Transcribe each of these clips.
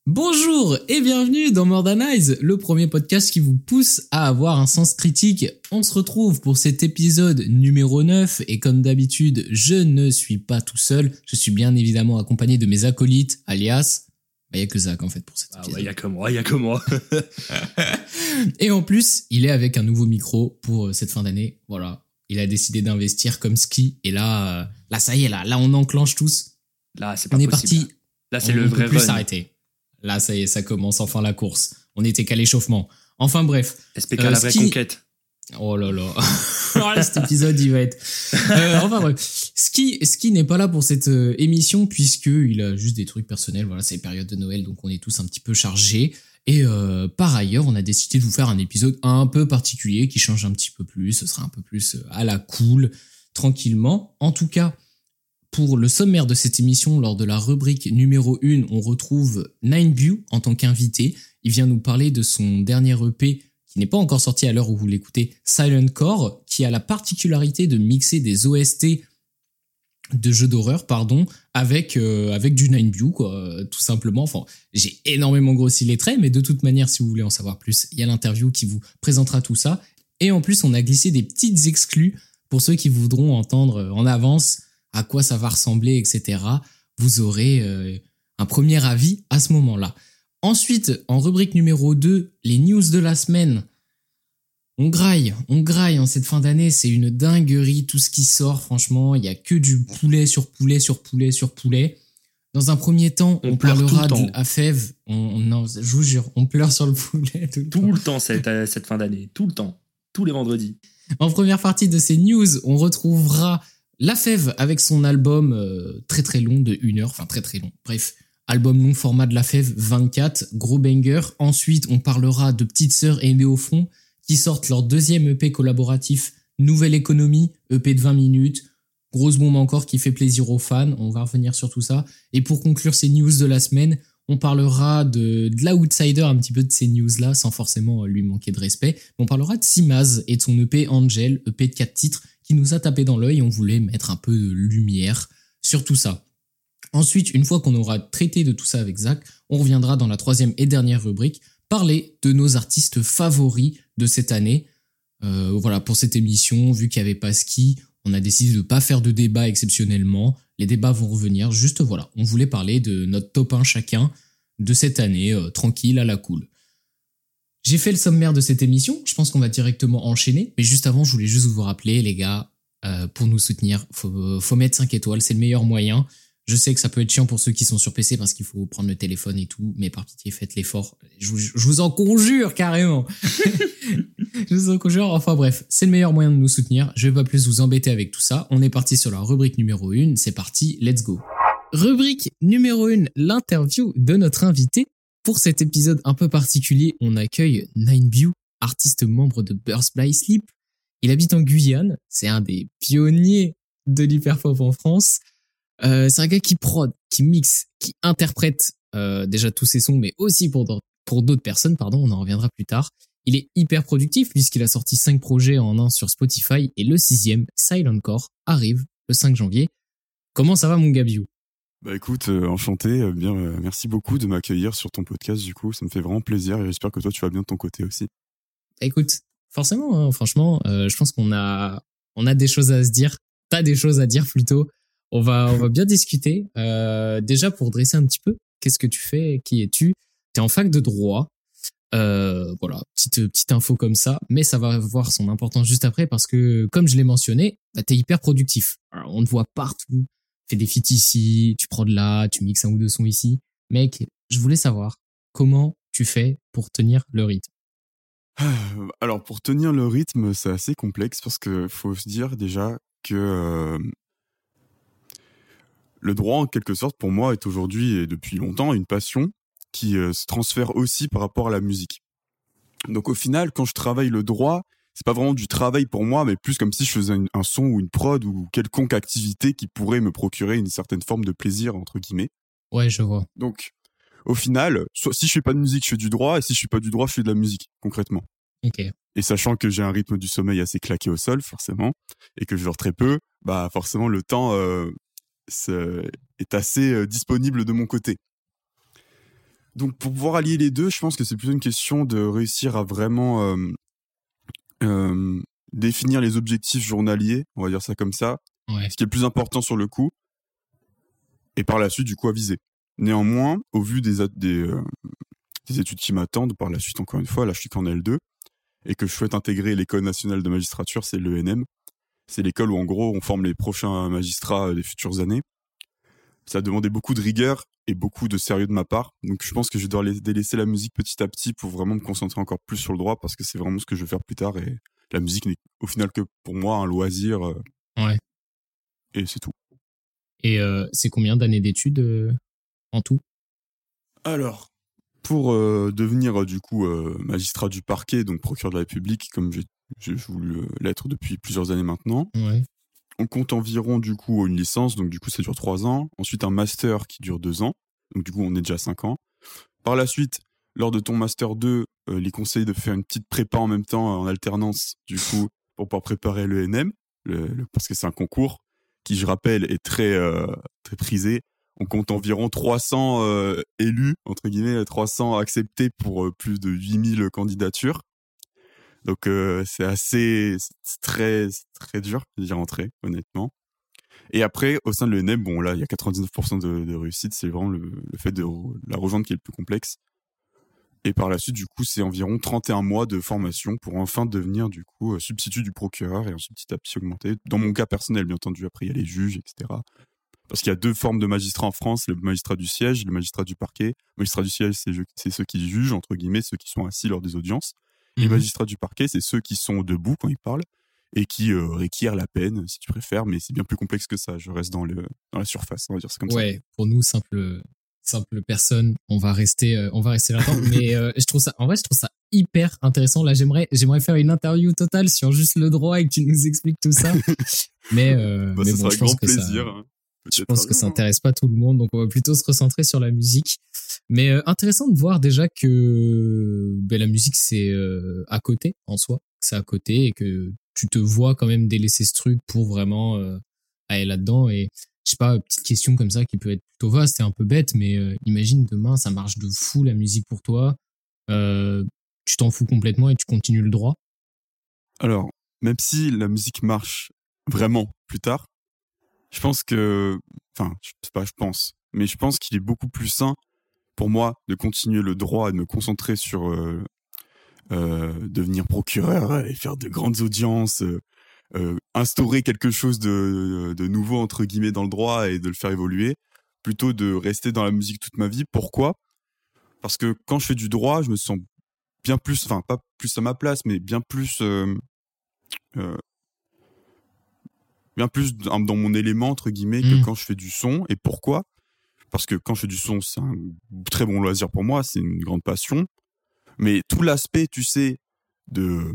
Bonjour et bienvenue dans More Than Eyes, le premier podcast qui vous pousse à avoir un sens critique. On se retrouve pour cet épisode numéro 9 et comme d'habitude, je ne suis pas tout seul. Je suis bien évidemment accompagné de mes acolytes, alias... Il n'y a que Zach en fait pour cet épisode. Il y a que moi. Et en plus, il est avec un nouveau micro pour cette fin d'année. Voilà, il a décidé d'investir comme Ski et là ça y est, là on enclenche tous. Là, c'est pas on est possible. parti. Là, c'est le vrai on peut plus run. s'arrêter. Là, ça y est, ça commence enfin la course. On était qu'à l'échauffement. Enfin bref. SPK la vraie conquête. Oh là là. Alors là, cet épisode, il va être... enfin bref. Ski n'est pas là pour cette émission puisqu'il a juste des trucs personnels. Voilà, c'est période de Noël, donc on est tous un petit peu chargés. Et par ailleurs, on a décidé de vous faire un épisode un peu particulier qui change un petit peu plus. Ce sera un peu plus à la cool, tranquillement. En tout cas, pour le sommaire de cette émission, lors de la rubrique numéro 1, on retrouve Nineview en tant qu'invité. Il vient nous parler de son dernier EP qui n'est pas encore sorti à l'heure où vous l'écoutez, Silent Core, qui a la particularité de mixer des OST de jeux d'horreur, avec du Nineview, quoi, tout simplement. Enfin, j'ai énormément grossi les traits, mais de toute manière, si vous voulez en savoir plus, il y a l'interview qui vous présentera tout ça. Et en plus, on a glissé des petites exclus pour ceux qui voudront entendre en avance à quoi ça va ressembler, etc. Vous aurez un premier avis à ce moment-là. Ensuite, en rubrique numéro 2, les news de la semaine. On graille en cette fin d'année, c'est une dinguerie tout ce qui sort, franchement, il n'y a que du poulet sur poulet sur poulet sur poulet. Dans un premier temps, on parlera de AFEV, non, je vous jure, on pleure sur le poulet tout le temps cette fin d'année, tout le temps, tous les vendredis. En première partie de ces news, on retrouvera l'AFEV avec son album très très long de 1 heure, enfin très très long, bref, album long format de l'AFEV 24, gros banger. Ensuite, on parlera de Petite Sœur et Néofront qui sortent leur deuxième EP collaboratif Nouvelle Économie, EP de 20 minutes, grosse bombe encore qui fait plaisir aux fans, on va revenir sur tout ça. Et pour conclure ces news de la semaine, on parlera de l'outsider un petit peu de ces news-là, sans forcément lui manquer de respect. On parlera de Simaz et de son EP Angel, EP de 4 titres, qui nous a tapé dans l'œil et on voulait mettre un peu de lumière sur tout ça. Ensuite, une fois qu'on aura traité de tout ça avec Zach, on reviendra dans la troisième et dernière rubrique, parler de nos artistes favoris de cette année. Voilà, pour cette émission, vu qu'il n'y avait pas Ski, on a décidé de ne pas faire de débat exceptionnellement. Les débats vont revenir, juste voilà, on voulait parler de notre top 1 chacun de cette année, tranquille, à la cool. J'ai fait le sommaire de cette émission, je pense qu'on va directement enchaîner, mais juste avant, je voulais juste vous rappeler, les gars, pour nous soutenir, faut mettre 5 étoiles, c'est le meilleur moyen. Je sais que ça peut être chiant pour ceux qui sont sur PC parce qu'il faut prendre le téléphone et tout, mais par pitié, faites l'effort. Je vous en conjure, carrément. Je vous en conjure. Enfin bref, c'est le meilleur moyen de nous soutenir. Je vais pas plus vous embêter avec tout ça. On est parti sur la rubrique numéro 1. C'est parti, let's go. Rubrique numéro 1, l'interview de notre invité. Pour cet épisode un peu particulier, on accueille Nineview, artiste membre de Birth by Sleep. Il habite en Guyane. C'est un des pionniers de l'hyperpop en France. C'est un gars qui prod, qui mixe, qui interprète déjà tous ses sons, mais aussi pour d'autres personnes, on en reviendra plus tard. Il est hyper productif puisqu'il a sorti 5 projets en un sur Spotify et le 6e, Silent Core, arrive le 5 janvier. Comment ça va mon Gabiou ? Bah écoute, enchanté, merci beaucoup de m'accueillir sur ton podcast du coup, ça me fait vraiment plaisir et j'espère que toi tu vas bien de ton côté aussi. Écoute, forcément, hein, franchement, je pense qu'on a des choses à se dire, t'as des choses à dire plutôt. On va bien discuter. Déjà, pour dresser un petit peu, qu'est-ce que tu fais ? Qui es-tu ? T'es en fac de droit. Voilà, petite info comme ça. Mais ça va avoir son importance juste après parce que, comme je l'ai mentionné, t'es hyper productif. Alors, on te voit partout. Tu fais des feats ici, tu prends de là, tu mixes 1 ou 2 sons ici. Mec, je voulais savoir comment tu fais pour tenir le rythme. Alors, pour tenir le rythme, c'est assez complexe parce que faut se dire déjà que... Le droit, en quelque sorte, pour moi, est aujourd'hui et depuis longtemps une passion qui se transfère aussi par rapport à la musique. Donc au final, quand je travaille le droit, c'est pas vraiment du travail pour moi, mais plus comme si je faisais un son ou une prod ou quelconque activité qui pourrait me procurer une certaine forme de plaisir, entre guillemets. Ouais, je vois. Donc, au final, si je fais pas de musique, je fais du droit, et si je fais pas du droit, je fais de la musique, concrètement. Ok. Et sachant que j'ai un rythme du sommeil assez claqué au sol, forcément, et que je dors très peu, bah forcément le temps... est assez disponible de mon côté. Donc pour pouvoir allier les deux, je pense que c'est plutôt une question de réussir à vraiment définir les objectifs journaliers, on va dire ça comme ça, Ouais. ce qui est le plus important sur le coup, et par la suite du coup à viser. Néanmoins, au vu des études qui m'attendent par la suite, encore une fois, là je suis qu'en L2, et que je souhaite intégrer l'école nationale de magistrature, c'est l'ENM. C'est l'école où en gros on forme les prochains magistrats des futures années. Ça a demandé beaucoup de rigueur et beaucoup de sérieux de ma part. Donc je pense que je dois délaisser la musique petit à petit pour vraiment me concentrer encore plus sur le droit, parce que c'est vraiment ce que je veux faire plus tard, et la musique n'est au final que pour moi un loisir. Ouais. Et c'est tout. Et c'est combien d'années d'études en tout? Alors, pour devenir du coup magistrat du parquet, donc procureur de la République, comme j'ai voulu l'être depuis plusieurs années maintenant, Ouais. on compte environ du coup une licence, donc du coup ça dure 3 ans. Ensuite un master qui dure 2 ans, donc du coup on est déjà 5 ans. Par la suite, lors de ton master 2, il conseille de faire une petite prépa en même temps en alternance, du coup pour pouvoir préparer l'ENM, parce que c'est un concours qui, je rappelle, est très très prisé. On compte environ 300 élus, entre guillemets, 300 acceptés pour plus de 8000 candidatures. Donc c'est très dur d'y rentrer, honnêtement. Et après, au sein de l'ENM, bon là, il y a 99% de réussite, c'est vraiment le fait de la rejoindre qui est le plus complexe. Et par la suite, du coup, c'est environ 31 mois de formation pour enfin devenir, du coup, substitut du procureur et ensuite petit à petit augmenter. Dans mon cas personnel, bien entendu, après il y a les juges, etc. Parce qu'il y a 2 formes de magistrats en France, le magistrat du siège et le magistrat du parquet. Le magistrat du siège, c'est ceux qui jugent, entre guillemets, ceux qui sont assis lors des audiences. Les magistrats du parquet, c'est ceux qui sont debout quand ils parlent et qui requièrent la peine, si tu préfères, mais c'est bien plus complexe que ça. Je reste dans la surface, on va dire ça comme ça. Ouais, pour nous, simple personne, on va rester là-dedans. Mais je trouve ça hyper intéressant. Là, j'aimerais faire une interview totale sur juste le droit et que tu nous expliques tout ça. Mais ça bon, sera je avec pense grand que plaisir. je pense que ça intéresse pas tout le monde, donc on va plutôt se recentrer sur la musique. Mais intéressant de voir déjà que la musique c'est à côté en soi, c'est à côté et que tu te vois quand même délaisser ce truc pour vraiment aller là-dedans. Et je sais pas, petite question comme ça qui peut être plutôt vaste et un peu bête, mais imagine demain ça marche de fou la musique pour toi, tu t'en fous complètement et tu continues le droit. Alors, même si la musique marche vraiment plus tard, je pense que, enfin, je sais pas, je pense qu'il est beaucoup plus sain pour moi de continuer le droit et de me concentrer sur devenir procureur et faire de grandes audiences, instaurer quelque chose de nouveau entre guillemets dans le droit et de le faire évoluer, plutôt de rester dans la musique toute ma vie. Pourquoi ? Parce que quand je fais du droit, je me sens bien plus, enfin pas plus à ma place, mais bien plus dans mon élément entre guillemets que quand je fais du son. Et pourquoi ? Parce que quand je fais du son, c'est un très bon loisir pour moi, c'est une grande passion. Mais tout l'aspect, tu sais, de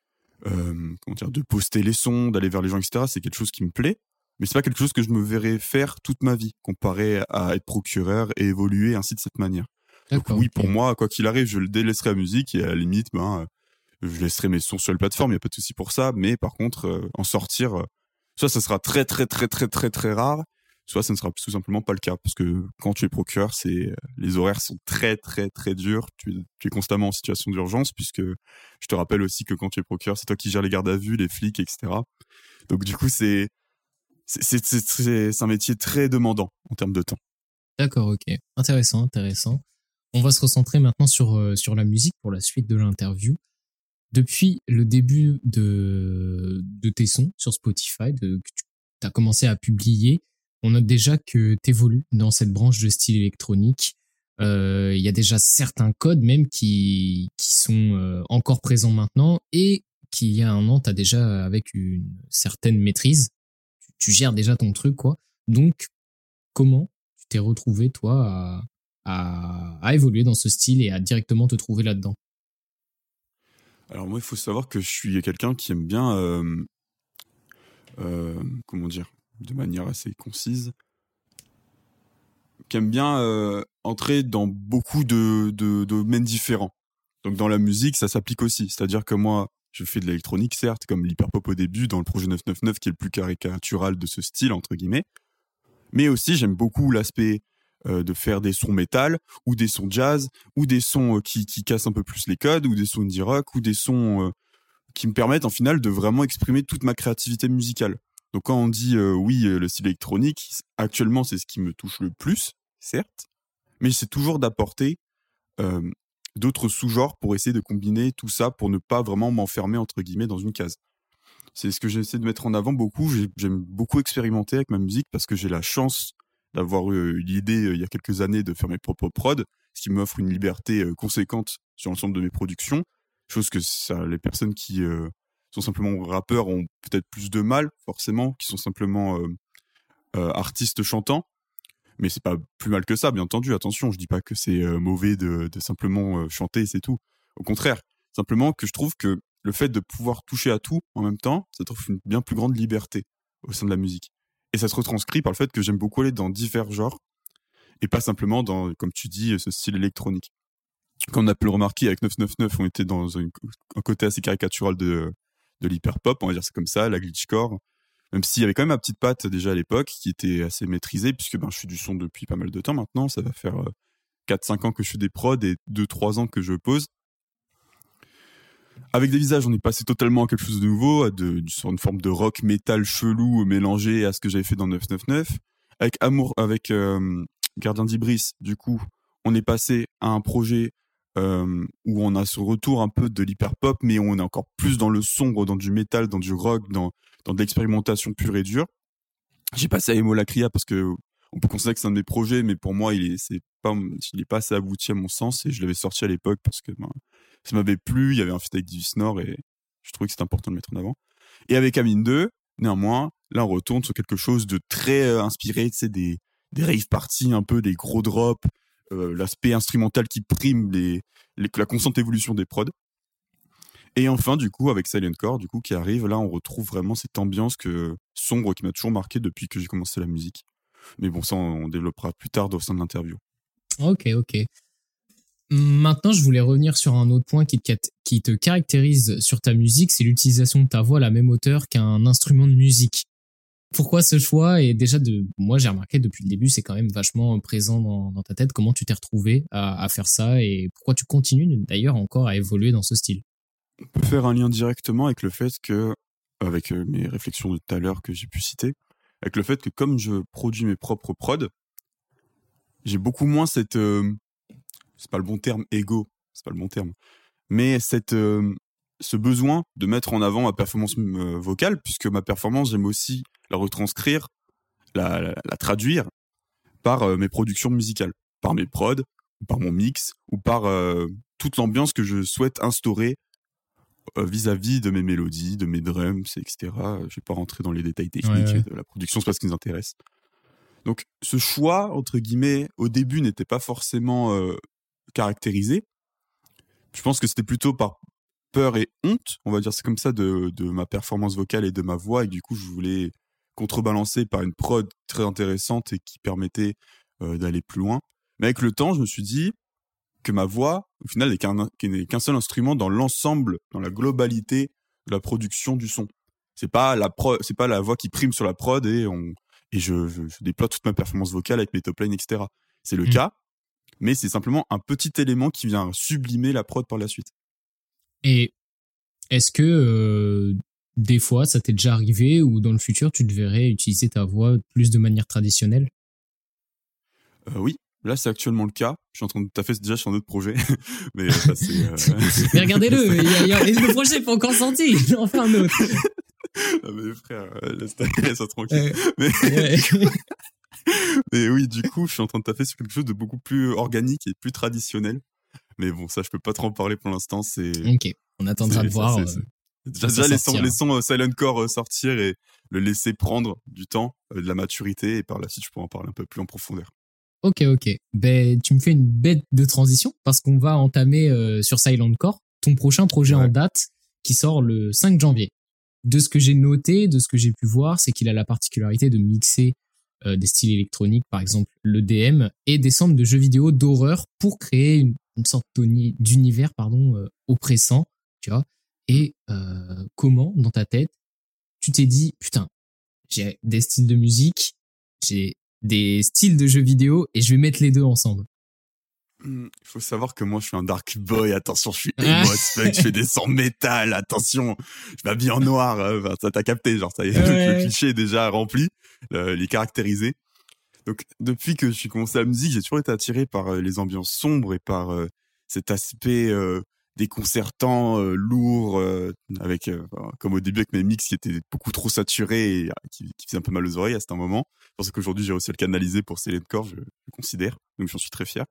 poster les sons, d'aller vers les gens, etc., c'est quelque chose qui me plaît. Mais c'est pas quelque chose que je me verrais faire toute ma vie, comparé à être procureur et évoluer ainsi de cette manière. Donc oui, pour moi, quoi qu'il arrive, je délaisserai la musique et à la limite, je laisserai mes sons sur la plateforme, il n'y a pas de souci pour ça. Mais par contre, en sortir, soit ça sera très très très très très très rare, soit ça ne sera tout simplement pas le cas. Parce que quand tu es procureur, les horaires sont très très très durs. Tu es constamment en situation d'urgence, puisque je te rappelle aussi que quand tu es procureur, c'est toi qui gères les gardes à vue, les flics, etc. Donc du coup, c'est un métier très demandant en termes de temps. D'accord, ok. Intéressant. On va se recentrer maintenant sur la musique pour la suite de l'interview. Depuis le début de tes sons sur Spotify, que tu as commencé à publier, on note déjà que tu évolues dans cette branche de style électronique. Il y a déjà certains codes même qui sont encore présents maintenant et qu'il y a un an, tu as déjà avec une certaine maîtrise. Tu gères déjà ton truc, quoi. Donc, comment tu t'es retrouvé, toi, à évoluer dans ce style et à directement te trouver là-dedans? Alors moi, il faut savoir que je suis quelqu'un qui aime bien, comment dire, de manière assez concise, qui aime bien entrer dans beaucoup de domaines différents. Donc dans la musique, ça s'applique aussi. C'est-à-dire que moi, je fais de l'électronique, certes, comme l'hyperpop au début, dans le projet 999, qui est le plus caricatural de ce style, entre guillemets. Mais aussi, j'aime beaucoup l'aspect de faire des sons métal, ou des sons jazz, ou des sons qui cassent un peu plus les codes, ou des sons indie rock, ou des sons qui me permettent en final de vraiment exprimer toute ma créativité musicale. Donc quand on dit oui, le style électronique, actuellement c'est ce qui me touche le plus, certes, mais c'est toujours d'apporter d'autres sous-genres pour essayer de combiner tout ça pour ne pas vraiment m'enfermer entre guillemets dans une case. C'est ce que j'essaie de mettre en avant beaucoup. J'aime beaucoup expérimenter avec ma musique parce que j'ai la chance d'avoir eu l'idée il y a quelques années de faire mes propres prods, ce qui m'offre une liberté conséquente sur l'ensemble de mes productions, chose que les personnes qui sont simplement rappeurs ont peut-être plus de mal, forcément, qui sont simplement artistes chantants. Mais c'est pas plus mal que ça, bien entendu. Attention, je dis pas que c'est mauvais de simplement chanter, c'est tout. Au contraire, simplement que je trouve que le fait de pouvoir toucher à tout en même temps, ça t'offre une bien plus grande liberté au sein de la musique. Et ça se retranscrit par le fait que j'aime beaucoup aller dans divers genres et pas simplement dans, comme tu dis, ce style électronique. Comme on a pu le remarquer avec 999, on était dans un côté assez caricatural de l'hyperpop, on va dire c'est comme ça, la glitchcore. Même s'il y avait quand même ma petite patte déjà à l'époque qui était assez maîtrisée, puisque je suis du son depuis pas mal de temps maintenant. Ça va faire 4-5 ans que je fais des prods et 2-3 ans que je pose. Avec des visages, on est passé totalement à quelque chose de nouveau, sur une forme de rock metal chelou mélangé à ce que j'avais fait dans 999. Avec Gardien d'Ibris, du coup, on est passé à un projet où on a ce retour un peu de l'hyperpop, mais on est encore plus dans le sombre, dans du métal, dans du rock, dans de l'expérimentation pure et dure. J'ai passé à Emo Lacria parce que on peut considérer que c'est un de mes projets, mais pour moi, il est pas assez abouti à mon sens et je l'avais sorti à l'époque parce que ça m'avait plu, il y avait un feat avec Divis Nord et je trouvais que c'était important de le mettre en avant. Et avec Amine 2, néanmoins, là on retourne sur quelque chose de très inspiré, tu sais, des rave parties, un peu des gros drops, l'aspect instrumental qui prime la constante évolution des prods. Et enfin, du coup, avec Silent Core, du coup, qui arrive, là, on retrouve vraiment cette ambiance sombre qui m'a toujours marqué depuis que j'ai commencé la musique. Mais bon, ça, on développera plus tard au sein de l'interview. Ok. Maintenant, je voulais revenir sur un autre point qui te caractérise sur ta musique, c'est l'utilisation de ta voix à la même hauteur qu'un instrument de musique. Pourquoi ce choix? Et déjà, moi, j'ai remarqué depuis le début, c'est quand même vachement présent dans ta tête. Comment tu t'es retrouvé à faire ça et pourquoi tu continues d'ailleurs encore à évoluer dans ce style? On peut faire un lien directement avec le fait que, avec mes réflexions de tout à l'heure que j'ai pu citer, avec le fait que comme je produis mes propres prods, j'ai beaucoup moins cette, c'est pas le bon terme, ego, c'est pas le bon terme, mais ce besoin de mettre en avant ma performance vocale, puisque ma performance, j'aime aussi la retranscrire, la traduire par mes productions musicales, par mes prods, par mon mix, ou par toute l'ambiance que je souhaite instaurer vis-à-vis de mes mélodies, de mes drums, etc. Je vais pas rentrer dans les détails techniques de la production, c'est pas ce qui nous intéresse. Donc, ce choix, entre guillemets, au début, n'était pas forcément caractérisé. Je pense que c'était plutôt par peur et honte, on va dire c'est comme ça, de ma performance vocale et de ma voix, et du coup, je voulais contrebalancer par une prod très intéressante et qui permettait d'aller plus loin. Mais avec le temps, je me suis dit que ma voix, au final, n'est qu'un seul instrument dans l'ensemble, dans la globalité de la production du son. C'est pas la voix qui prime sur la prod et je déploie toute ma performance vocale avec mes top lines, etc. C'est le cas, mais c'est simplement un petit élément qui vient sublimer la prod par la suite. Et est-ce que des fois, ça t'est déjà arrivé ou dans le futur, tu devrais utiliser ta voix plus de manière traditionnelle? Oui. Là, c'est actuellement le cas. Je suis en train de taffer déjà sur un autre projet. Mais ça, c'est... Mais regardez-le, le projet n'est pas encore sorti. Il en fait un autre. Ah, mais frère, laisse ça tranquille. Mais oui, du coup, je suis en train de taffer sur quelque chose de beaucoup plus organique et plus traditionnel. Mais bon, ça, je peux pas trop en parler pour l'instant. Ok, on attendra de voir. Déjà, laissons Silent Core sortir et le laisser prendre du temps, de la maturité. Et par la suite, je pourrais en parler un peu plus en profondeur. Ok. Ben, tu me fais une bête de transition parce qu'on va entamer sur Silent Core ton prochain projet en date qui sort le 5 janvier. De ce que j'ai noté, de ce que j'ai pu voir, c'est qu'il a la particularité de mixer des styles électroniques, par exemple l'EDM, et des samples de jeux vidéo d'horreur pour créer une sorte d'univers oppressant, tu vois. Et comment, dans ta tête, tu t'es dit, putain, j'ai des styles de musique, j'ai des styles de jeux vidéo et je vais mettre les deux ensemble. Il faut savoir que moi je suis un dark boy, attention, je suis emo as fuck, je fais des sons métal, attention, je m'habille en noir, enfin, ça t'a capté, genre ça y est, le cliché est déjà rempli, il est caractérisé. Donc depuis que je suis commencé la musique, j'ai toujours été attiré par les ambiances sombres et par cet aspect déconcertant, lourd, avec comme au début avec mes mix qui étaient beaucoup trop saturés et qui faisaient un peu mal aux oreilles à certains moments. C'est pour ça qu'aujourd'hui j'ai réussi à le canaliser pour Silent Core, je considère, donc j'en suis très fier.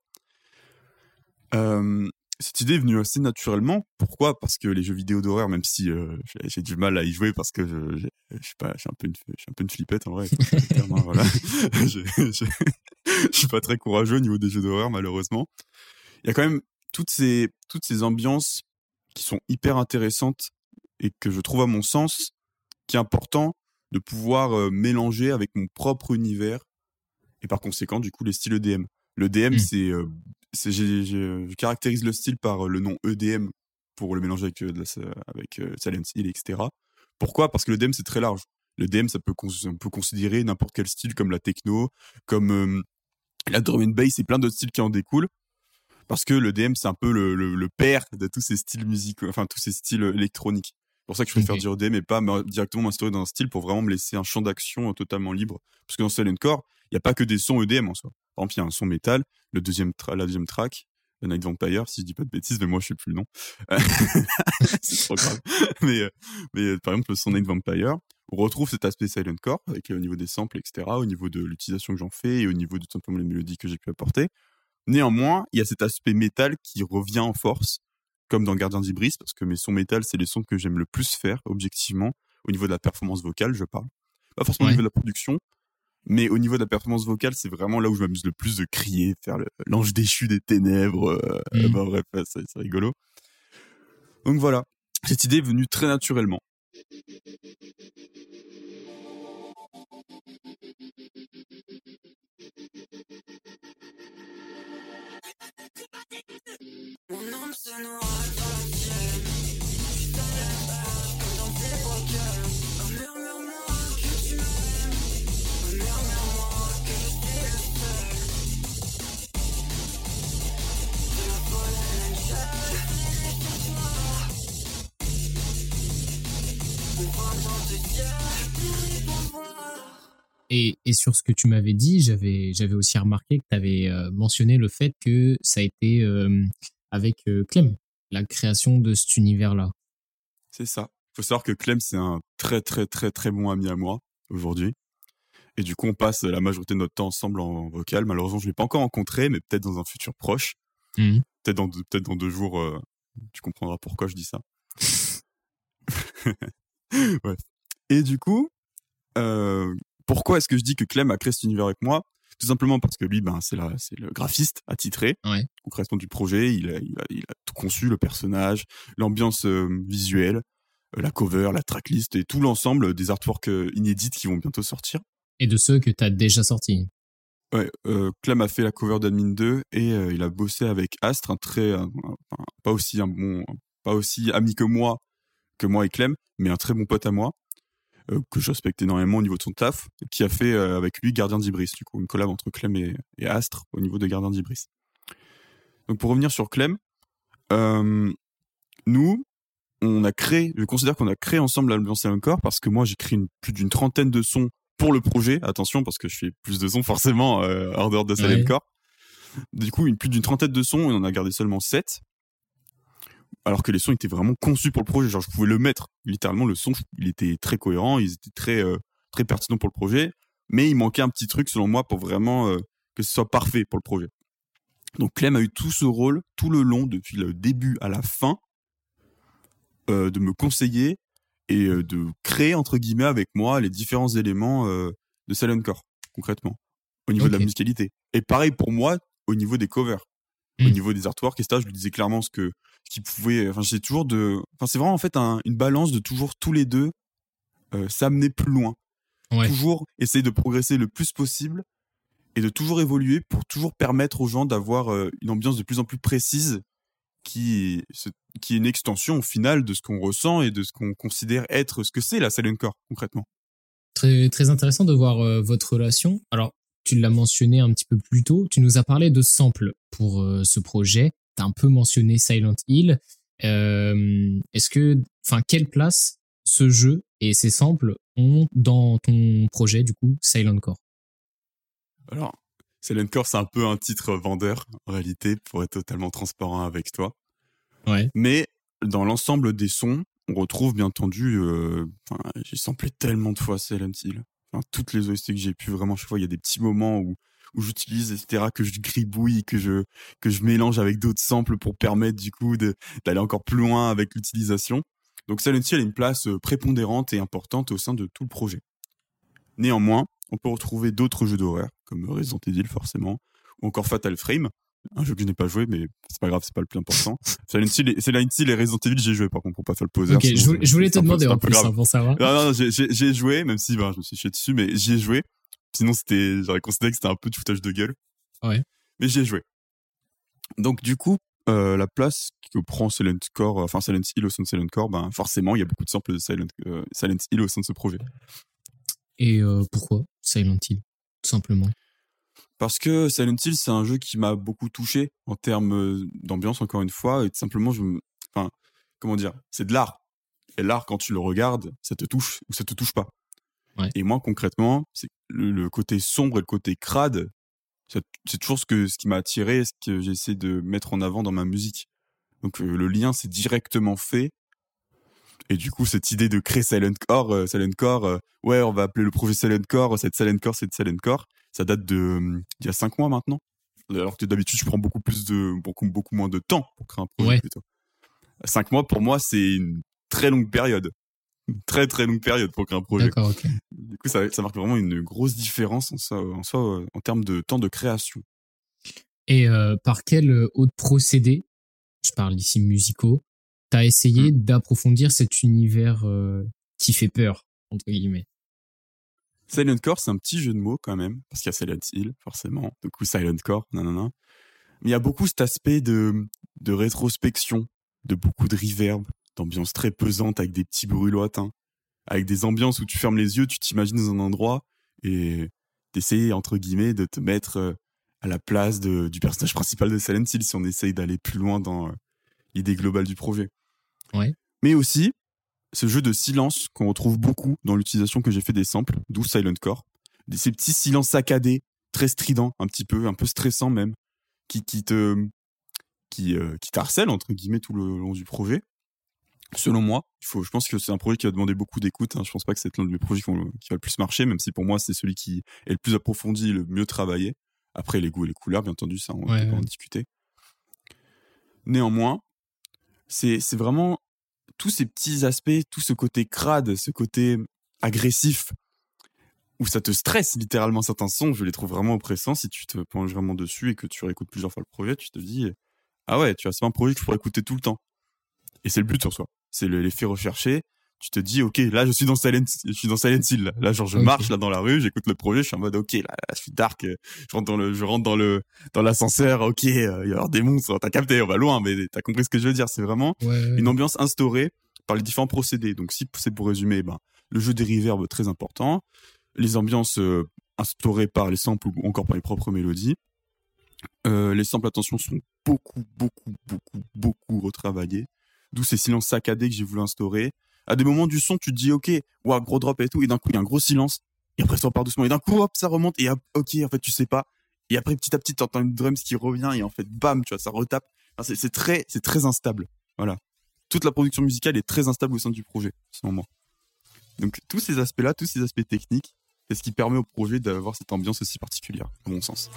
Cette idée est venue assez naturellement. Pourquoi ? Parce que les jeux vidéo d'horreur, même si j'ai du mal à y jouer parce que je suis un peu une flippette en vrai. Voilà. Je suis pas très courageux au niveau des jeux d'horreur malheureusement. Il y a quand même toutes ces ambiances qui sont hyper intéressantes et que je trouve à mon sens qui est important de pouvoir mélanger avec mon propre univers et par conséquent du coup les styles EDM. Le DM, je caractérise le style par le nom EDM pour le mélanger avec Silent Hill, etc. Pourquoi ? Parce que le DM, c'est très large. Le DM, on peut considérer n'importe quel style comme la techno, comme la drum and bass et plein d'autres styles qui en découlent. Parce que le DM, c'est un peu le père de tous ces styles musicaux, enfin tous ces styles électroniques. C'est pour ça que je préfère dire EDM et pas directement m'instaurer dans un style pour vraiment me laisser un champ d'action totalement libre. Parce que dans Silent Core, il n'y a pas que des sons EDM en soi. Par exemple, il y a un son métal, la deuxième track, Night Vampire, si je dis pas de bêtises, mais moi je sais plus le nom. C'est trop grave. Mais par exemple, le son Night Vampire, on retrouve cet aspect Silent Core, avec au niveau des samples, etc., au niveau de l'utilisation que j'en fais et au niveau de tout simplement les mélodies que j'ai pu apporter. Néanmoins, il y a cet aspect métal qui revient en force, comme dans Gardien d'Ibris, parce que mes sons métal, c'est les sons que j'aime le plus faire, objectivement, au niveau de la performance vocale, je parle. Pas forcément au niveau de la production, mais au niveau de la performance vocale, c'est vraiment là où je m'amuse le plus de crier, faire l'ange déchu des ténèbres. Bref, c'est rigolo. Donc voilà, cette idée est venue très naturellement. Mon âme se noie dans la tienne. Je suis dans la barre, comme dans tes brocages. Oh, murmure-moi que tu m'aimes. Oh, murmure-moi que je suis le seul. De la pollen, je reste toi. On va dans tes yeux, pour voir. Et sur ce que tu m'avais dit, j'avais aussi remarqué que tu avais mentionné le fait que ça a été avec Clem, la création de cet univers-là. C'est ça. Il faut savoir que Clem, c'est un très très très très bon ami à moi aujourd'hui. Et du coup, on passe la majorité de notre temps ensemble en vocal. Malheureusement, je ne l'ai pas encore rencontré, mais peut-être dans un futur proche. Peut-être dans 2 jours, tu comprendras pourquoi je dis ça. Ouais. Et du coup, pourquoi est-ce que je dis que Clem a créé cet univers avec moi ? Tout simplement parce que lui, c'est le graphiste attitré, concrètement du projet. Il a tout conçu, le personnage, l'ambiance visuelle, la cover, la tracklist et tout l'ensemble des artworks inédites qui vont bientôt sortir. Et de ceux que tu as déjà sortis. Ouais, Clem a fait la cover d'Admin 2 et il a bossé avec Astre, pas aussi ami que moi et Clem, mais un très bon pote à moi. Que je respecte énormément au niveau de son taf, qui a fait avec lui Gardien d'Ibris, du coup, une collab entre Clem et Astre au niveau de Gardien d'Ibris. Donc pour revenir sur Clem, nous, je considère qu'on a créé ensemble l'ambiance Silent Core parce que moi j'ai créé plus d'une 30aine de sons pour le projet, attention parce que je fais plus de sons forcément hors dehors de Silent Core. Du coup, plus d'une 30aine de sons, et on en a gardé seulement 7. Alors que les sons étaient vraiment conçus pour le projet, genre je pouvais le mettre, littéralement le son, il était très cohérent, ils étaient très très pertinents pour le projet, mais il manquait un petit truc selon moi pour vraiment que ce soit parfait pour le projet. Donc Clem a eu tout ce rôle, tout le long, depuis le début à la fin, de me conseiller et de créer entre guillemets avec moi les différents éléments de Silent Core, concrètement, au niveau de la musicalité. Et pareil pour moi, au niveau des covers. Au niveau des artworks et ça, je lui disais clairement ce qu'il pouvait. Enfin, c'est vraiment en fait une balance de toujours tous les deux s'amener plus loin. Toujours essayer de progresser le plus possible et de toujours évoluer pour toujours permettre aux gens d'avoir une ambiance de plus en plus précise qui est une extension au final de ce qu'on ressent et de ce qu'on considère être ce que c'est la Silent Core concrètement. Très, très intéressant de voir votre relation. Alors, tu l'as mentionné un petit peu plus tôt. Tu nous as parlé de samples pour ce projet. T'as un peu mentionné Silent Hill. Quelle place ce jeu et ses samples ont dans ton projet, du coup, Silent Core? Alors, Silent Core, c'est un peu un titre vendeur, en réalité, pour être totalement transparent avec toi. Ouais. Mais dans l'ensemble des sons, on retrouve bien entendu, j'ai samplé tellement de fois Silent Hill. Toutes les OST que j'ai pu, vraiment, chaque fois, il y a des petits moments où j'utilise, etc., que je gribouille, que je mélange avec d'autres samples pour permettre, du coup, d'aller encore plus loin avec l'utilisation. Donc, Silent Hill a une place prépondérante et importante au sein de tout le projet. Néanmoins, on peut retrouver d'autres jeux d'horreur, comme Resident Evil, forcément, ou encore Fatal Frame, un jeu que je n'ai pas joué, mais c'est pas grave, c'est pas le plus important. Silent Hill et Resident Evil, j'ai joué, par contre, pour pas faire le poser. Ok, je voulais te demander en plus, pour savoir. Non, j'ai joué, même si, je me suis chié dessus, mais j'y ai joué. Sinon, j'aurais considéré que c'était un peu de foutage de gueule. Ouais. Mais j'y ai joué. Donc, du coup, la place que prend Silent Hill au sein de Silent Core, forcément, il y a beaucoup de samples de Silent Hill au sein de ce projet. Et pourquoi Silent Hill, tout simplement? Parce que Silent Hill, c'est un jeu qui m'a beaucoup touché en termes d'ambiance, encore une fois, et tout simplement, c'est de l'art. Et l'art, quand tu le regardes, ça te touche ou ça te touche pas. Ouais. Et moi, concrètement, c'est le côté sombre et le côté crade, c'est toujours ce qui m'a attiré, ce que j'essaie de mettre en avant dans ma musique. Donc, le lien, c'est directement fait. Et du coup, cette idée de créer Silent Core, on va appeler le projet Silent Core, c'est Silent Core, ça date d'il y a 5 mois maintenant. Alors que d'habitude, je prends beaucoup moins de temps pour créer un projet plutôt. 5 mois, pour moi, c'est une très longue période. Une très, très longue période pour créer un projet. D'accord, ok. Du coup, ça marque vraiment une grosse différence en soi, en termes de temps de création. Et par quel autre procédé, je parle ici musicaux, t'as essayé d'approfondir cet univers qui fait peur, entre guillemets? Silent Core, c'est un petit jeu de mots quand même, parce qu'il y a Silent Hill, forcément. Du coup, Silent Core, nanana. Mais il y a beaucoup cet aspect de rétrospection, de beaucoup de reverb, d'ambiance très pesante avec des petits bruits lointains, avec des ambiances où tu fermes les yeux, tu t'imagines dans un endroit et t'essayes, entre guillemets, de te mettre à la place du personnage principal de Silent Hill si on essaye d'aller plus loin dans l'idée globale du projet. Ouais. Mais aussi, ce jeu de silence qu'on retrouve beaucoup dans l'utilisation que j'ai fait des samples, d'où Silent Core. Ces petits silences saccadés, très stridents, un peu stressants même, qui t'harcèlent, entre guillemets, tout le long du projet. Selon moi, je pense que c'est un projet qui va demander beaucoup d'écoute. Je pense pas que c'est l'un de mes projets qui va le plus marcher, même si pour moi, c'est celui qui est le plus approfondi, le mieux travaillé. Après, les goûts et les couleurs, bien entendu, ça, on peut pas en discuter. Néanmoins, c'est vraiment tous ces petits aspects, tout ce côté crade, ce côté agressif, où ça te stresse littéralement certains sons, je les trouve vraiment oppressants. Si tu te penches vraiment dessus et que tu réécoutes plusieurs fois le projet, tu te dis ah ouais, c'est pas un projet que je pourrais écouter tout le temps. Et c'est le but sur soi, c'est l'effet recherché. Tu te dis ok, là je suis dans Silent Hill, là genre je marche là dans la rue, j'écoute le projet, je suis en mode ok, là je suis dark, je rentre dans l'ascenseur, ok, il va y avoir des monstres, t'as capté, on va loin, mais t'as compris ce que je veux dire. C'est vraiment une ambiance instaurée par les différents procédés. Donc si c'est pour résumer, le jeu des reverbs très important, les ambiances instaurées par les samples ou encore par les propres mélodies. Les samples, attention, sont beaucoup retravaillés, d'où ces silences saccadés que j'ai voulu instaurer. À des moments du son, tu te dis ok, wow, gros drop et tout, et d'un coup il y a un gros silence, et après ça repart doucement, et d'un coup hop, ça remonte, et ok, en fait tu sais pas, et après petit à petit t'entends une drums qui revient, et en fait bam, tu vois, ça retape. Enfin, c'est très instable. Voilà, toute la production musicale est très instable au sein du projet, selon moi. Donc tous ces aspects-là, tous ces aspects techniques, c'est ce qui permet au projet d'avoir cette ambiance aussi particulière, à mon sens.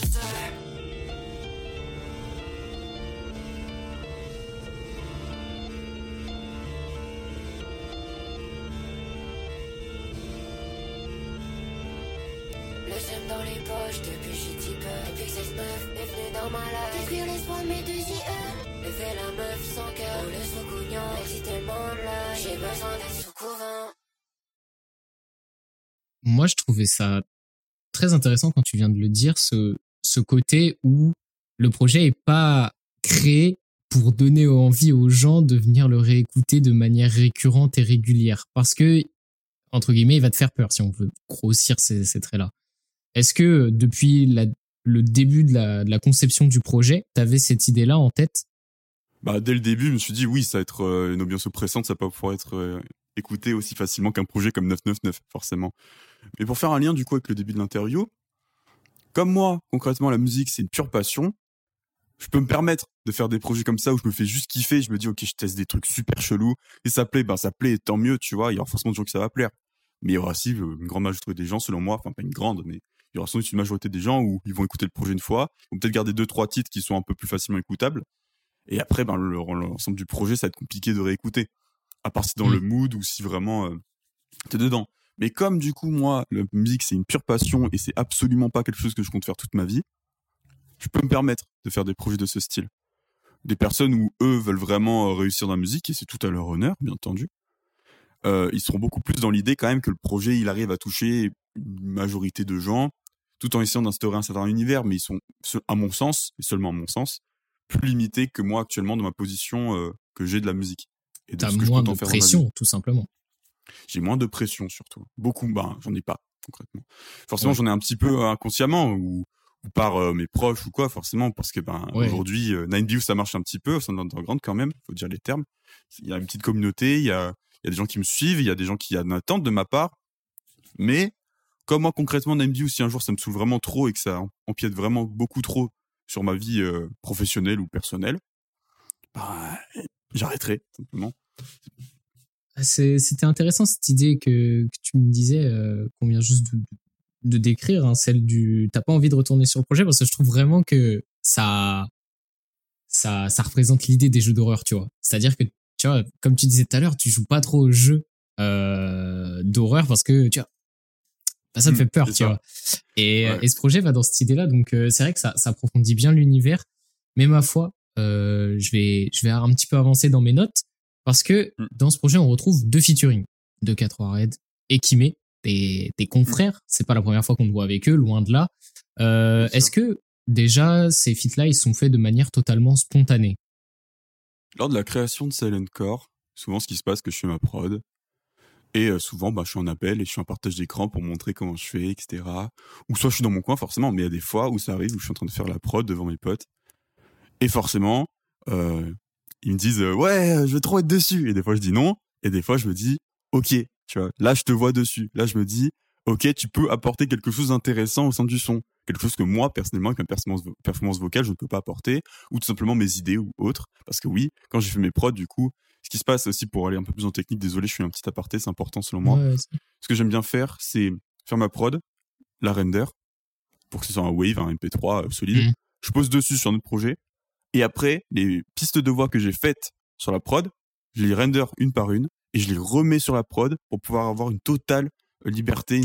Dans les poches depuis je suis type depuis que 16-9 est venu dans ma life. Détruire l'espoir de mes deux IE. Le fait la meuf sans cœur, le sous-couillon, existe tellement là, j'ai besoin d'être sous couvent. Moi je trouvais ça très intéressant quand tu viens de le dire, ce côté où le projet est pas créé pour donner envie aux gens de venir le réécouter de manière récurrente et régulière. Parce que, entre guillemets, il va te faire peur si on veut grossir ces traits-là. est-ce que depuis le début de la conception du projet, t'avais cette idée-là en tête? Bah, dès le début, je me suis dit, oui, ça va être une ambiance oppressante, ça va pas pouvoir être écouté aussi facilement qu'un projet comme 999, forcément. Mais pour faire un lien, du coup, avec le début de l'interview, comme moi, concrètement, la musique, c'est une pure passion, je peux me permettre de faire des projets comme ça où je me fais juste kiffer, je me dis, ok, je teste des trucs super chelous, et ça plaît, ça plaît, tant mieux, tu vois, il y aura forcément des gens que ça va plaire. Mais il y aura aussi une grande majorité des gens, selon moi, enfin, pas une grande, mais il y aura sans doute une majorité des gens où ils vont écouter le projet une fois, ils vont peut-être garder 2-3 titres qui sont un peu plus facilement écoutables, et après, l'ensemble du projet, ça va être compliqué de réécouter. À part si dans le mood ou si vraiment t'es dedans. Mais comme du coup, moi, la musique, c'est une pure passion et c'est absolument pas quelque chose que je compte faire toute ma vie, je peux me permettre de faire des projets de ce style. Des personnes où eux veulent vraiment réussir dans la musique, et c'est tout à leur honneur, bien entendu. Ils seront beaucoup plus dans l'idée quand même que le projet, il arrive à toucher une majorité de gens, tout en essayant d'instaurer un certain univers, mais ils sont, à mon sens, et seulement à mon sens, plus limités que moi actuellement dans ma position que j'ai de la musique. Et de T'as ce que je moins compte en de faire dans ma vie. pression, tout simplement. J'ai moins de pression surtout. Beaucoup, j'en ai pas concrètement. Forcément, j'en ai un petit peu inconsciemment ou par mes proches ou quoi, forcément, parce que aujourd'hui, 9View, ça marche un petit peu, c'est underground quand même, faut dire les termes. Il y a une petite communauté, il y a des gens qui me suivent, il y a des gens qui en attendent de ma part. Mais comme moi concrètement, 9View, si un jour ça me saoule vraiment trop et que ça empiète vraiment beaucoup trop sur ma vie professionnelle ou personnelle, j'arrêterai simplement. C'était intéressant cette idée que tu me disais, qu'on vient juste de décrire, hein, celle du t'as pas envie de retourner sur le projet, parce que je trouve vraiment que ça représente l'idée des jeux d'horreur, tu vois. C'est-à-dire que, tu vois, comme tu disais tout à l'heure, tu joues pas trop aux jeux d'horreur parce que, tu vois, ça te fait peur, tu vois. Et ce projet va dans cette idée-là, donc c'est vrai que ça approfondit bien l'univers. Mais ma foi, je vais un petit peu avancer dans mes notes. Parce que dans ce projet, on retrouve 2 featuring de 4 Red et Kimé, des confrères. C'est pas la première fois qu'on te voit avec eux, loin de là. Est-ce que déjà ces feats-là, ils sont faits de manière totalement spontanée? Lors de la création de Silent Core, souvent ce qui se passe, c'est que je fais ma prod. Et souvent, je suis en appel et je suis en partage d'écran pour montrer comment je fais, etc. Ou soit je suis dans mon coin, forcément, mais il y a des fois où ça arrive, où je suis en train de faire la prod devant mes potes. Et forcément, ils me disent ouais, je veux trop être dessus. Et des fois, je dis non. Et des fois, je me dis ok, tu vois, là, je te vois dessus. Là, je me dis ok, tu peux apporter quelque chose d'intéressant au sein du son. Quelque chose que moi, personnellement, avec ma performance vocale, je ne peux pas apporter. Ou tout simplement mes idées ou autres. Parce que oui, quand j'ai fait mes prods, du coup, ce qui se passe aussi pour aller un peu plus en technique, désolé, je fais un petit aparté, c'est important selon moi. Ce que j'aime bien faire, c'est faire ma prod, la render, pour que ce soit un wave, un MP3 solide. Je pose dessus sur notre projet. Et après, les pistes de voix que j'ai faites sur la prod, je les render une par une et je les remets sur la prod pour pouvoir avoir une totale liberté,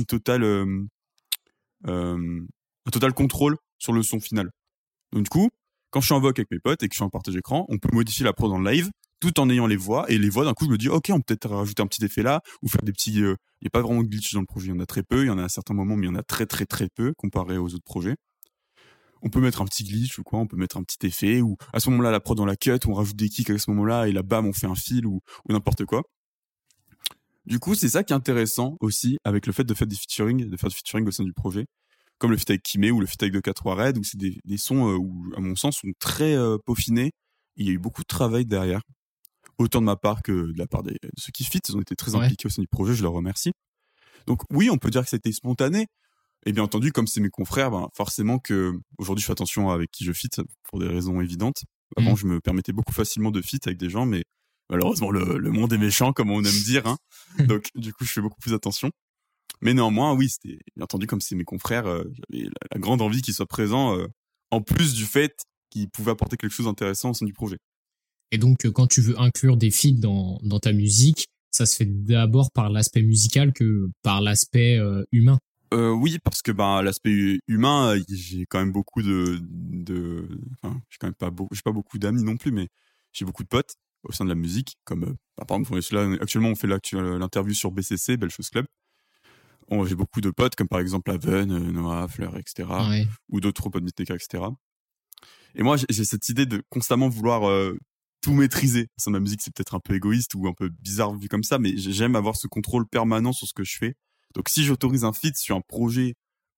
un total contrôle sur le son final. Donc du coup, quand je suis en voc avec mes potes et que je suis en partage écran, on peut modifier la prod en live tout en ayant les voix. Et les voix, d'un coup, je me dis, ok, on peut peut-être rajouter un petit effet là ou faire des petits... Il n'y a pas vraiment de glitch dans le projet, il y en a très peu. Il y en a à certains moments, mais il y en a très très très peu comparé aux autres projets. On peut mettre un petit glitch ou quoi, on peut mettre un petit effet, ou à ce moment-là, la prod dans la cut, on rajoute des kicks à ce moment-là, et là, bam, on fait un fil ou n'importe quoi. Du coup, c'est ça qui est intéressant aussi avec le fait de faire du featuring au sein du projet, comme le feat avec Kimé ou le feat avec 2K3 Red, où c'est des sons où, à mon sens, sont très peaufinés. Il y a eu beaucoup de travail derrière, autant de ma part que de la part de ceux qui fit. Ils ont été très impliqués au sein du projet, je leur remercie. Donc oui, on peut dire que c'était spontané. Et bien entendu, comme c'est mes confrères, forcément que aujourd'hui je fais attention avec qui je fit pour des raisons évidentes. Avant, je me permettais beaucoup facilement de fit avec des gens, mais malheureusement le monde est méchant, comme on aime dire. Hein. Donc du coup, je fais beaucoup plus attention. Mais néanmoins, oui, c'était bien entendu comme c'est mes confrères, j'avais la grande envie qu'ils soient présents, en plus du fait qu'ils pouvaient apporter quelque chose d'intéressant au sein du projet. Et donc, quand tu veux inclure des feats dans ta musique, ça se fait d'abord par l'aspect musical que par l'aspect humain. Oui, parce que l'aspect humain, j'ai quand même beaucoup j'ai pas beaucoup d'amis non plus, mais j'ai beaucoup de potes au sein de la musique, comme par exemple actuellement on fait l'interview sur BCC, Belle Chose Club. J'ai beaucoup de potes comme par exemple Aven, Noah, Fleur, etc. Ouais. Ou d'autres potes Mythica, etc. Et moi j'ai cette idée de constamment vouloir tout maîtriser. Ça, ma musique, c'est peut-être un peu égoïste ou un peu bizarre vu comme ça, mais j'aime avoir ce contrôle permanent sur ce que je fais. Donc si j'autorise un feat sur un projet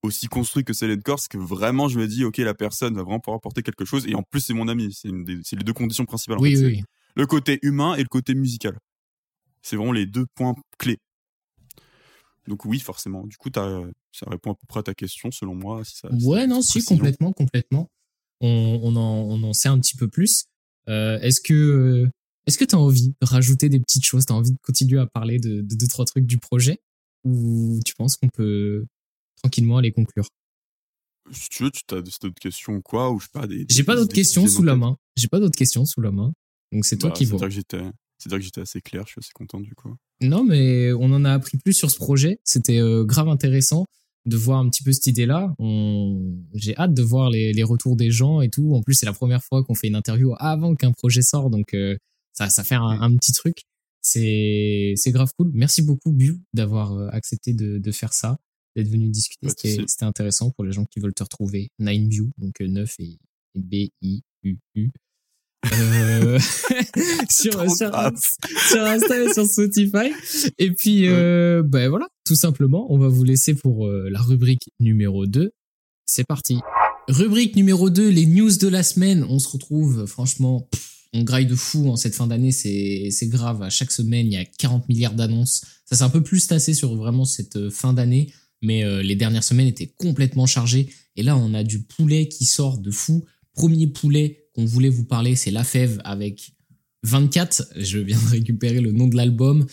aussi construit que Silent Corse que vraiment je me dis ok, la personne va vraiment pouvoir apporter quelque chose, et en plus c'est mon ami, c'est les deux conditions principales en Oui, fait. oui. C'est le côté humain et le côté musical, c'est vraiment les deux points clés. Donc oui, forcément, du coup ça répond à peu près à ta question selon moi, si ça, Ouais, non, si, précision. complètement. On en sait un petit peu plus. Est-ce que t'as envie de rajouter des petites choses? T'as envie de continuer à parler de 2-3 trucs du projet? Ou tu penses qu'on peut tranquillement aller conclure? Si tu veux, tu as d'autres questions ou quoi, ou je sais pas, J'ai pas d'autres idées qui questions viennent sous en la tête. main. Donc c'est toi qui vois. C'est-à-dire que j'étais assez clair, je suis assez content du coup. Non, mais on en a appris plus sur ce projet. C'était grave intéressant de voir un petit peu cette idée-là. J'ai hâte de voir les retours des gens et tout. En plus, c'est la première fois qu'on fait une interview avant qu'un projet sorte, donc ça fait un petit truc. C'est grave cool. Merci beaucoup, Bu, d'avoir accepté de faire ça, d'être venu discuter. Pas de souci. C'était intéressant pour les gens qui veulent te retrouver. 9Bu, donc 9 et B-I-U-U. sur Insta et sur Spotify. Et puis, ben voilà, tout simplement, on va vous laisser pour la rubrique numéro 2. C'est parti. Rubrique numéro 2, les news de la semaine. On se retrouve, franchement, on graille de fou en cette fin d'année, c'est grave. À chaque semaine, il y a 40 milliards d'annonces. Ça s'est un peu plus tassé sur vraiment cette fin d'année, mais les dernières semaines étaient complètement chargées. Et là, on a du poulet qui sort de fou. Premier poulet qu'on voulait vous parler, c'est La Fève avec 24. Je viens de récupérer le nom de l'album.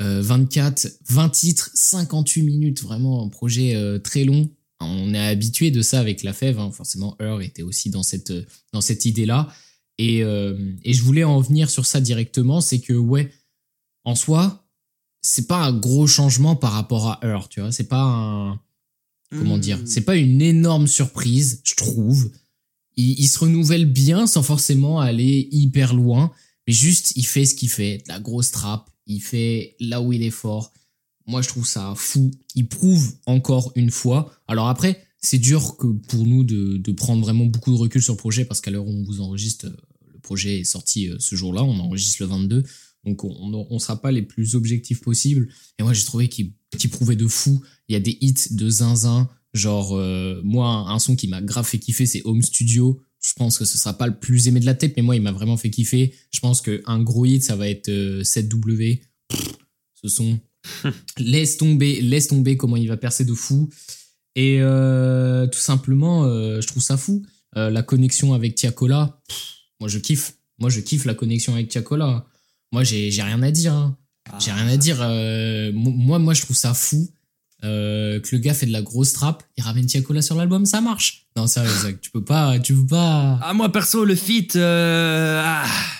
24, 20 titres, 58 minutes. Vraiment un projet très long. On est habitué de ça avec La Fève. Hein. Forcément, Heur était aussi dans cette idée-là. Et je voulais en venir sur ça directement. C'est que, ouais, en soi, c'est pas un gros changement par rapport à Heur, tu vois. C'est pas un... Comment dire? C'est pas une énorme surprise, je trouve. Il se renouvelle bien sans forcément aller hyper loin, mais juste il fait ce qu'il fait, de la grosse trappe, il fait là où il est fort. Moi je trouve ça fou, il prouve encore une fois. Alors après, c'est dur que pour nous de prendre vraiment beaucoup de recul sur le projet, parce qu'à l'heure où on vous enregistre, le projet est sorti ce jour-là, on enregistre le 22, donc on sera pas les plus objectifs possibles. Et moi j'ai trouvé qu'il prouvait de fou. Il y a des hits de zinzin. Genre, moi, un son qui m'a grave fait kiffer, c'est Home Studio. Je pense que ce sera pas le plus aimé de la tête, mais moi, il m'a vraiment fait kiffer. Je pense qu'un gros hit, ça va être 7W. Ce son, laisse tomber comment il va percer de fou. Et tout simplement, je trouve ça fou. La connexion avec Tiakola, moi, je kiffe. Moi, je kiffe la connexion avec Tiakola. Moi, j'ai rien à dire. Hein. J'ai rien à dire. Moi, je trouve ça fou. Que le gars fait de la grosse trappe, il ramène Tiakola sur l'album, ça marche. Non, sérieux, Zach, tu peux pas. Ah, moi, perso, le feat, je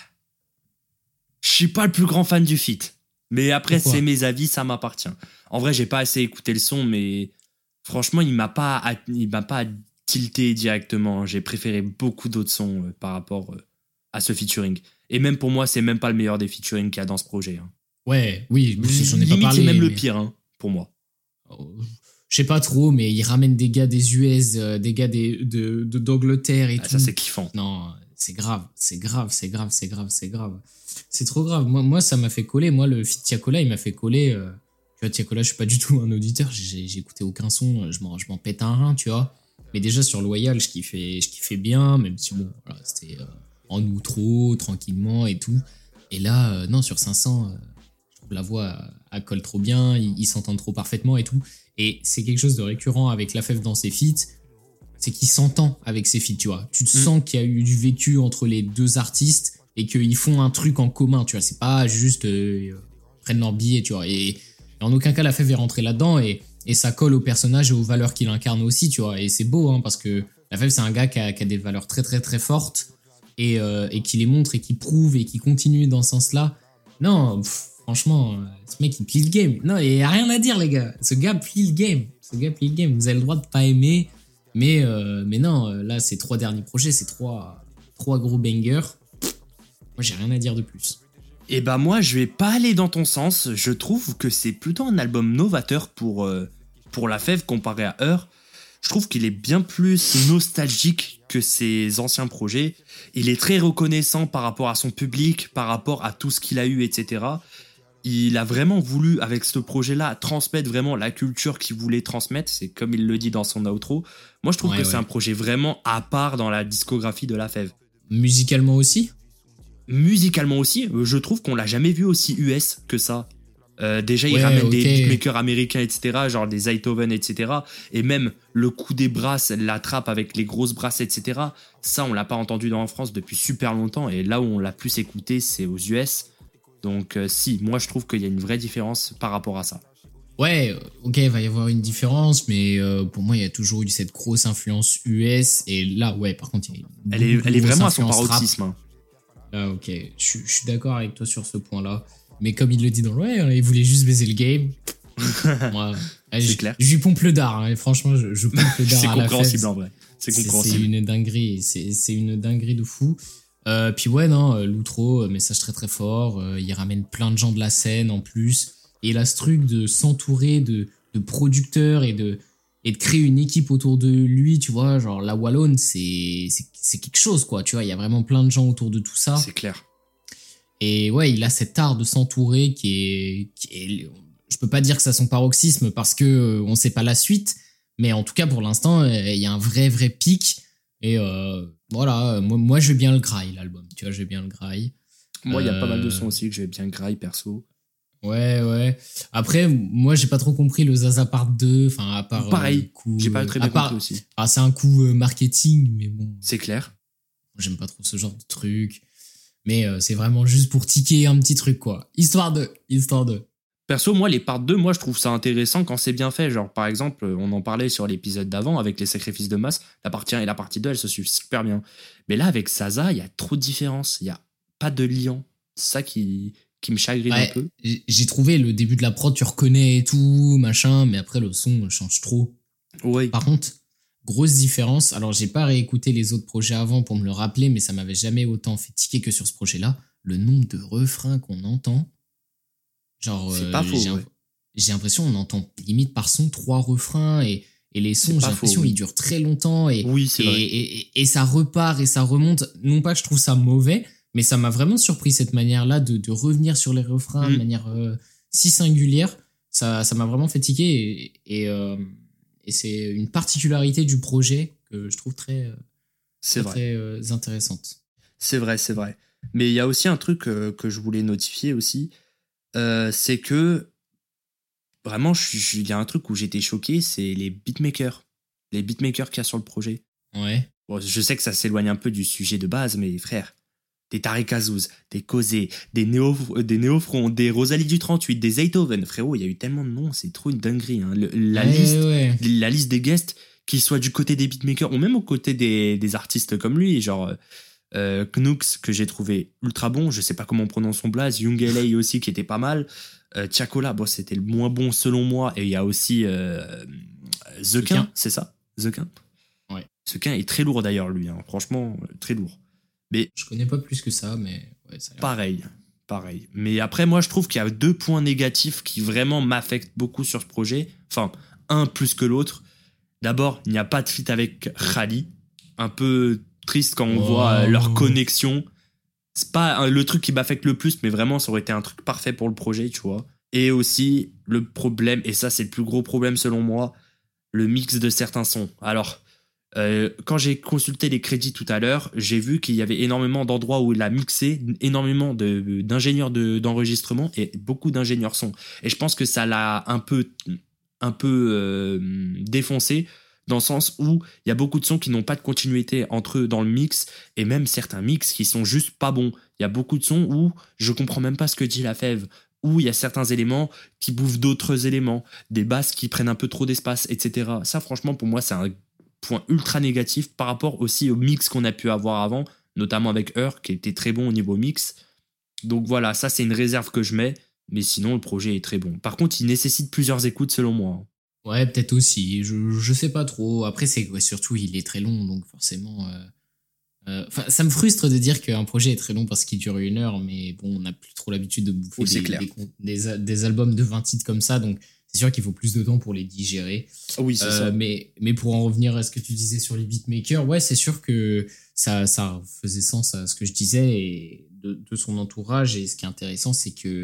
suis pas le plus grand fan du feat. Mais après, Pourquoi ? c'est mes avis, ça m'appartient. En vrai, j'ai pas assez écouté le son, mais franchement, il m'a pas tilté directement. J'ai préféré beaucoup d'autres sons par rapport à ce featuring. Et même pour moi, c'est même pas le meilleur des featuring qu'il y a dans ce projet. Hein. Ouais, oui, j'en ai pas Limite, parlé. c'est même le mais- pire, hein, pour moi. Je sais pas trop, mais il ramène des gars des US, des gars d'Angleterre et Ah, tout. ça, c'est kiffant. Non, c'est grave. C'est trop grave. Moi, ça m'a fait coller. Moi, le feat Tiakola, il m'a fait coller. Tu vois, Tiakola, je suis pas du tout un auditeur. J'ai écouté aucun son. Je m'en pète un rein, tu vois. Mais déjà, sur Loyal, je kiffais bien, même si bon, voilà, c'était en outro, tranquillement et tout. Et là, non, sur 500, je trouve la voix, elle colle trop bien. Ils s'entendent trop parfaitement et tout. Et c'est quelque chose de récurrent avec La Fève dans ses feats, c'est qu'il s'entend avec ses feats, tu vois. Tu te sens qu'il y a eu du vécu entre les deux artistes et qu'ils font un truc en commun, tu vois. C'est pas juste prennent leur billet, tu vois. Et en aucun cas, La Fève est rentré là-dedans et ça colle au personnage et aux valeurs qu'il incarne aussi, tu vois. Et c'est beau, hein, parce que La Fève, c'est un gars qui a des valeurs très, très, très fortes et qui les montre et qui prouve et qui continue dans ce sens-là. Non, franchement, ce mec, il plie le game. Non, il n'y a rien à dire, les gars. Ce gars plie le game. Vous avez le droit de pas aimer. Mais non, là, ces 3 derniers projets, c'est 3 gros bangers. Moi, j'ai rien à dire de plus. Et bah moi, je vais pas aller dans ton sens. Je trouve que c'est plutôt un album novateur pour La Fève comparé à Heur. Je trouve qu'il est bien plus nostalgique que ses anciens projets. Il est très reconnaissant par rapport à son public, par rapport à tout ce qu'il a eu, etc. il a vraiment voulu, avec ce projet-là, transmettre vraiment la culture qu'il voulait transmettre. C'est comme il le dit dans son outro. Moi, je trouve que c'est un projet vraiment à part dans la discographie de La Fève. Musicalement aussi? Musicalement aussi, je trouve qu'on l'a jamais vu aussi US que ça. Déjà, il ramène des beatmakers américains, etc., genre des Zaytoven, etc. Et même le coup des brasses, la trappe avec les grosses brasses, etc. Ça, on l'a pas entendu en France depuis super longtemps. Et là où on l'a plus écouté, c'est aux US. Donc si, moi je trouve qu'il y a une vraie différence par rapport à ça. Ouais, ok, il va y avoir une différence, mais pour moi, il y a toujours eu cette grosse influence US. Et là, ouais, par contre, il y a elle est vraiment à son paroxysme. Hein. Ah, ok, je suis d'accord avec toi sur ce point-là. Mais comme il le dit dans le ouais, il voulait juste baiser le game. Moi, c'est clair. Je lui pompe le dard, hein, et franchement, je pompe le dard. C'est à la compréhensible fête. en vrai. C'est compréhensible. C'est une dinguerie, c'est une dinguerie de fou. Puis ouais, non, l'outro, message très très fort. Il ramène plein de gens de la scène en plus. Et il a ce truc de s'entourer de producteurs et de créer une équipe autour de lui, tu vois. Genre, la Wallonne, c'est quelque chose, quoi. Tu vois, il y a vraiment plein de gens autour de tout ça. C'est clair. Et ouais, il a cet art de s'entourer qui est je peux pas dire que c'est son paroxysme parce que on sait pas la suite. Mais en tout cas, pour l'instant, il y a un vrai pic. Et voilà, moi je vais bien le graille, l'album. Tu vois, je vais bien le graille. Moi, il y a pas mal de sons aussi que je vais bien graille, perso. Ouais. Après, moi, j'ai pas trop compris le Zaza Part 2. Enfin, à part. Pareil, j'ai pas très bien compris aussi. Ah, c'est un coup marketing, mais bon. C'est clair. J'aime pas trop ce genre de truc. Mais c'est vraiment juste pour ticker un petit truc, quoi. Histoire de. Perso, moi, les parts 2, moi, je trouve ça intéressant quand c'est bien fait. Genre, par exemple, on en parlait sur l'épisode d'avant avec les sacrifices de masse. La partie 1 et la partie 2, elles se suivent super bien. Mais là, avec Zaza, il y a trop de différences. Il y a pas de lien. C'est ça qui me chagrine un peu. J'ai trouvé le début de la prod, tu reconnais et tout, machin, mais après, le son change trop. Ouais. Par contre, grosse différence. Alors, j'ai pas réécouté les autres projets avant pour me le rappeler, mais ça m'avait jamais autant fait tiquer que sur ce projet-là. Le nombre de refrains qu'on entend. Genre, c'est pas faux, j'ai l'impression on entend limite par son 3 refrains et les sons, j'ai l'impression faux, ils durent très longtemps et, oui, c'est vrai. Et ça repart et ça remonte. Non pas que je trouve ça mauvais, mais ça m'a vraiment surpris cette manière-là de revenir sur les refrains de manière si singulière. Ça m'a vraiment fait tiquer et c'est une particularité du projet que je trouve très intéressante. C'est vrai. Mais il y a aussi un truc que je voulais notifier aussi. C'est que vraiment, il y a un truc où j'étais choqué, c'est les beatmakers qu'il y a sur le projet. Ouais. Bon, je sais que ça s'éloigne un peu du sujet de base, mais frère, des Tarek Azouz, des Kozé, des Néofront, des Rosalie du 38, des Zaytoven, frérot, il y a eu tellement de noms, c'est trop une dinguerie. Hein. La liste des guests, qu'ils soient du côté des beatmakers ou même au côté des artistes comme lui, genre Knux, que j'ai trouvé ultra bon, je sais pas comment on prononce son blaze, Young LA aussi qui était pas mal, Tiakola, bon, c'était le moins bon selon moi, et il y a aussi Zequin, c'est ça, Zequin. Ouais. Zequin est très lourd d'ailleurs lui, hein. Franchement très lourd. Mais je connais pas plus que ça, mais ouais, ça a l'air pareil. Mais après, moi je trouve qu'il y a 2 points négatifs qui vraiment m'affectent beaucoup sur ce projet, enfin un plus que l'autre. D'abord, il n'y a pas de feat avec Khali, un peu triste quand on voit leur connexion. C'est pas le truc qui m'affecte le plus, mais vraiment ça aurait été un truc parfait pour le projet, tu vois. Et aussi le problème, et ça c'est le plus gros problème selon moi, le mix de certains sons. Alors quand j'ai consulté les crédits tout à l'heure, j'ai vu qu'il y avait énormément d'endroits où il a mixé, énormément d'ingénieurs d'enregistrement et beaucoup d'ingénieurs son. Et je pense que ça l'a un peu défoncé, dans le sens où il y a beaucoup de sons qui n'ont pas de continuité entre eux dans le mix, et même certains mix qui sont juste pas bons. Il y a beaucoup de sons où je comprends même pas ce que dit La Fève, où il y a certains éléments qui bouffent d'autres éléments, des basses qui prennent un peu trop d'espace, etc. Ça, franchement, pour moi, c'est un point ultra négatif par rapport aussi au mix qu'on a pu avoir avant, notamment avec Heur, qui était très bon au niveau mix. Donc voilà, ça, c'est une réserve que je mets, mais sinon, le projet est très bon. Par contre, il nécessite plusieurs écoutes, selon moi. Ouais, peut-être aussi. Je sais pas trop. Après, surtout, il est très long, donc forcément. Ça me frustre de dire qu'un projet est très long parce qu'il dure 1 heure, mais bon, on n'a plus trop l'habitude de bouffer des albums de 20 titres comme ça, donc c'est sûr qu'il faut plus de temps pour les digérer. Oui, c'est ça. Mais pour en revenir à ce que tu disais sur les beatmakers, ouais, c'est sûr que ça faisait sens à ce que je disais et de son entourage. Et ce qui est intéressant, c'est que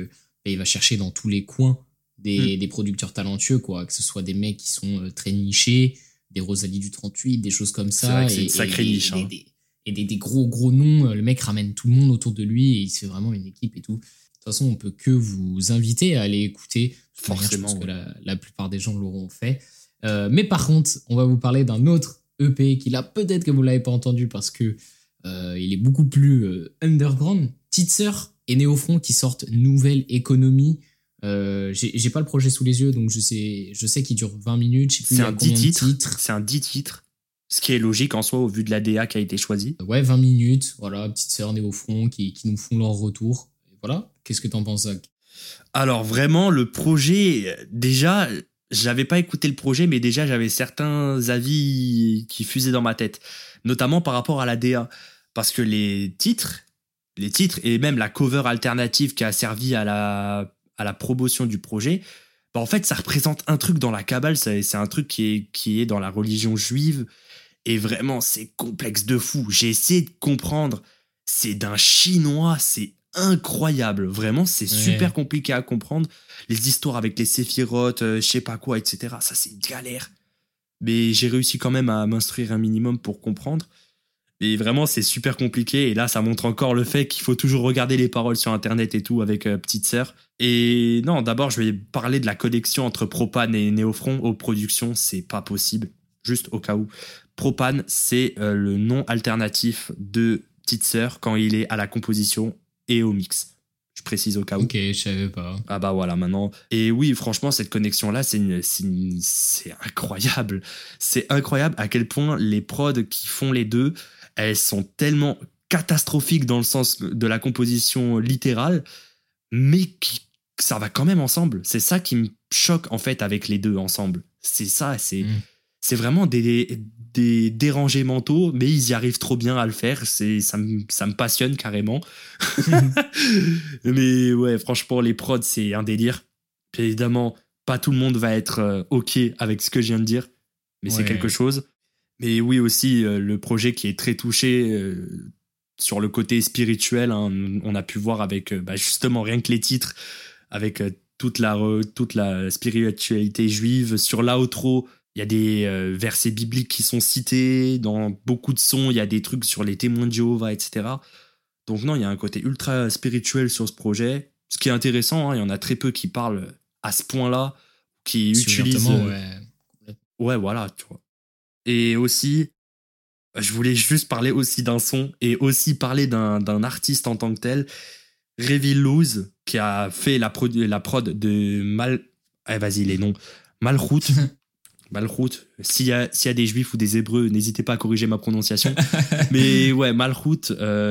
il va chercher dans tous les coins des producteurs talentueux, quoi. Que ce soit des mecs qui sont très nichés, des Rosalie du 38, des choses comme ça. C'est vrai que c'est une sacrée niche. Et des gros noms. Le mec ramène tout le monde autour de lui et il se fait vraiment une équipe et tout. De toute façon, on peut que vous inviter à aller écouter. Forcément. Je pense que la plupart des gens l'auront fait. Mais par contre, on va vous parler d'un autre EP qui là, peut-être que vous l'avez pas entendu parce que il est beaucoup plus underground. Petite Sœur et Néofront qui sortent Nouvelle Économie. J'ai pas le projet sous les yeux, donc je sais qu'il dure 20 minutes. Je sais plus C'est il y a un combien 10 de titres. titres. C'est un 10 titres. Ce qui est logique en soi au vu de la DA qui a été choisie. Ouais, 20 minutes. Voilà, Petite Sœur, Néofront qui nous font leur retour. Et voilà. Qu'est-ce que t'en penses, Zach? Alors vraiment, le projet, déjà, j'avais pas écouté le projet, mais déjà j'avais certains avis qui fusaient dans ma tête, notamment par rapport à la DA, parce que les titres et même la cover alternative qui a servi à la promotion du projet, bah en fait ça représente un truc dans la Kabbale, c'est un truc qui est dans la religion juive, et vraiment c'est complexe de fou. J'ai essayé de comprendre, c'est d'un chinois, c'est incroyable, vraiment c'est super compliqué à comprendre, les histoires avec les séphirotes, je sais pas quoi, etc. Ça c'est une galère, mais j'ai réussi quand même à m'instruire un minimum pour comprendre. Et vraiment c'est super compliqué, et là ça montre encore le fait qu'il faut toujours regarder les paroles sur internet et tout avec Petite Sœur. Et non, d'abord je vais parler de la connexion entre Propane et Néofront aux productions. C'est pas possible, juste au cas où. Propane, c'est le nom alternatif de Petite Sœur quand il est à la composition et au mix. Je précise au cas où. Ok, je savais pas. Ah bah voilà, maintenant. Et oui, franchement, cette connexion-là, c'est incroyable. C'est incroyable à quel point les prods qui font les deux, elles sont tellement catastrophiques dans le sens de la composition littérale, mais ça va quand même ensemble. C'est ça qui me choque en fait avec les deux ensemble. C'est ça, c'est vraiment des dérangés mentaux, mais ils y arrivent trop bien à le faire. Ça me passionne carrément. Mais ouais, franchement, les prods, c'est un délire. Puis évidemment, pas tout le monde va être OK avec ce que je viens de dire, mais c'est quelque chose. Mais oui, aussi, le projet qui est très touché sur le côté spirituel, hein, on a pu voir avec justement rien que les titres, avec toute la spiritualité juive. Sur l'outro, il y a des versets bibliques qui sont cités. Dans beaucoup de sons, il y a des trucs sur les témoins de Jéhovah, etc. Donc non, il y a un côté ultra spirituel sur ce projet. Ce qui est intéressant, hein, il y en a très peu qui parlent à ce point-là, qui utilisent... Ouais, voilà, tu vois. Et aussi, je voulais juste parler aussi d'un son et aussi parler d'un artiste en tant que tel, Reveal Lose, qui a fait la prod de vas-y, les noms. Malchut. Malchut. S'il y a des juifs ou des hébreux, n'hésitez pas à corriger ma prononciation. Mais ouais, Malchut,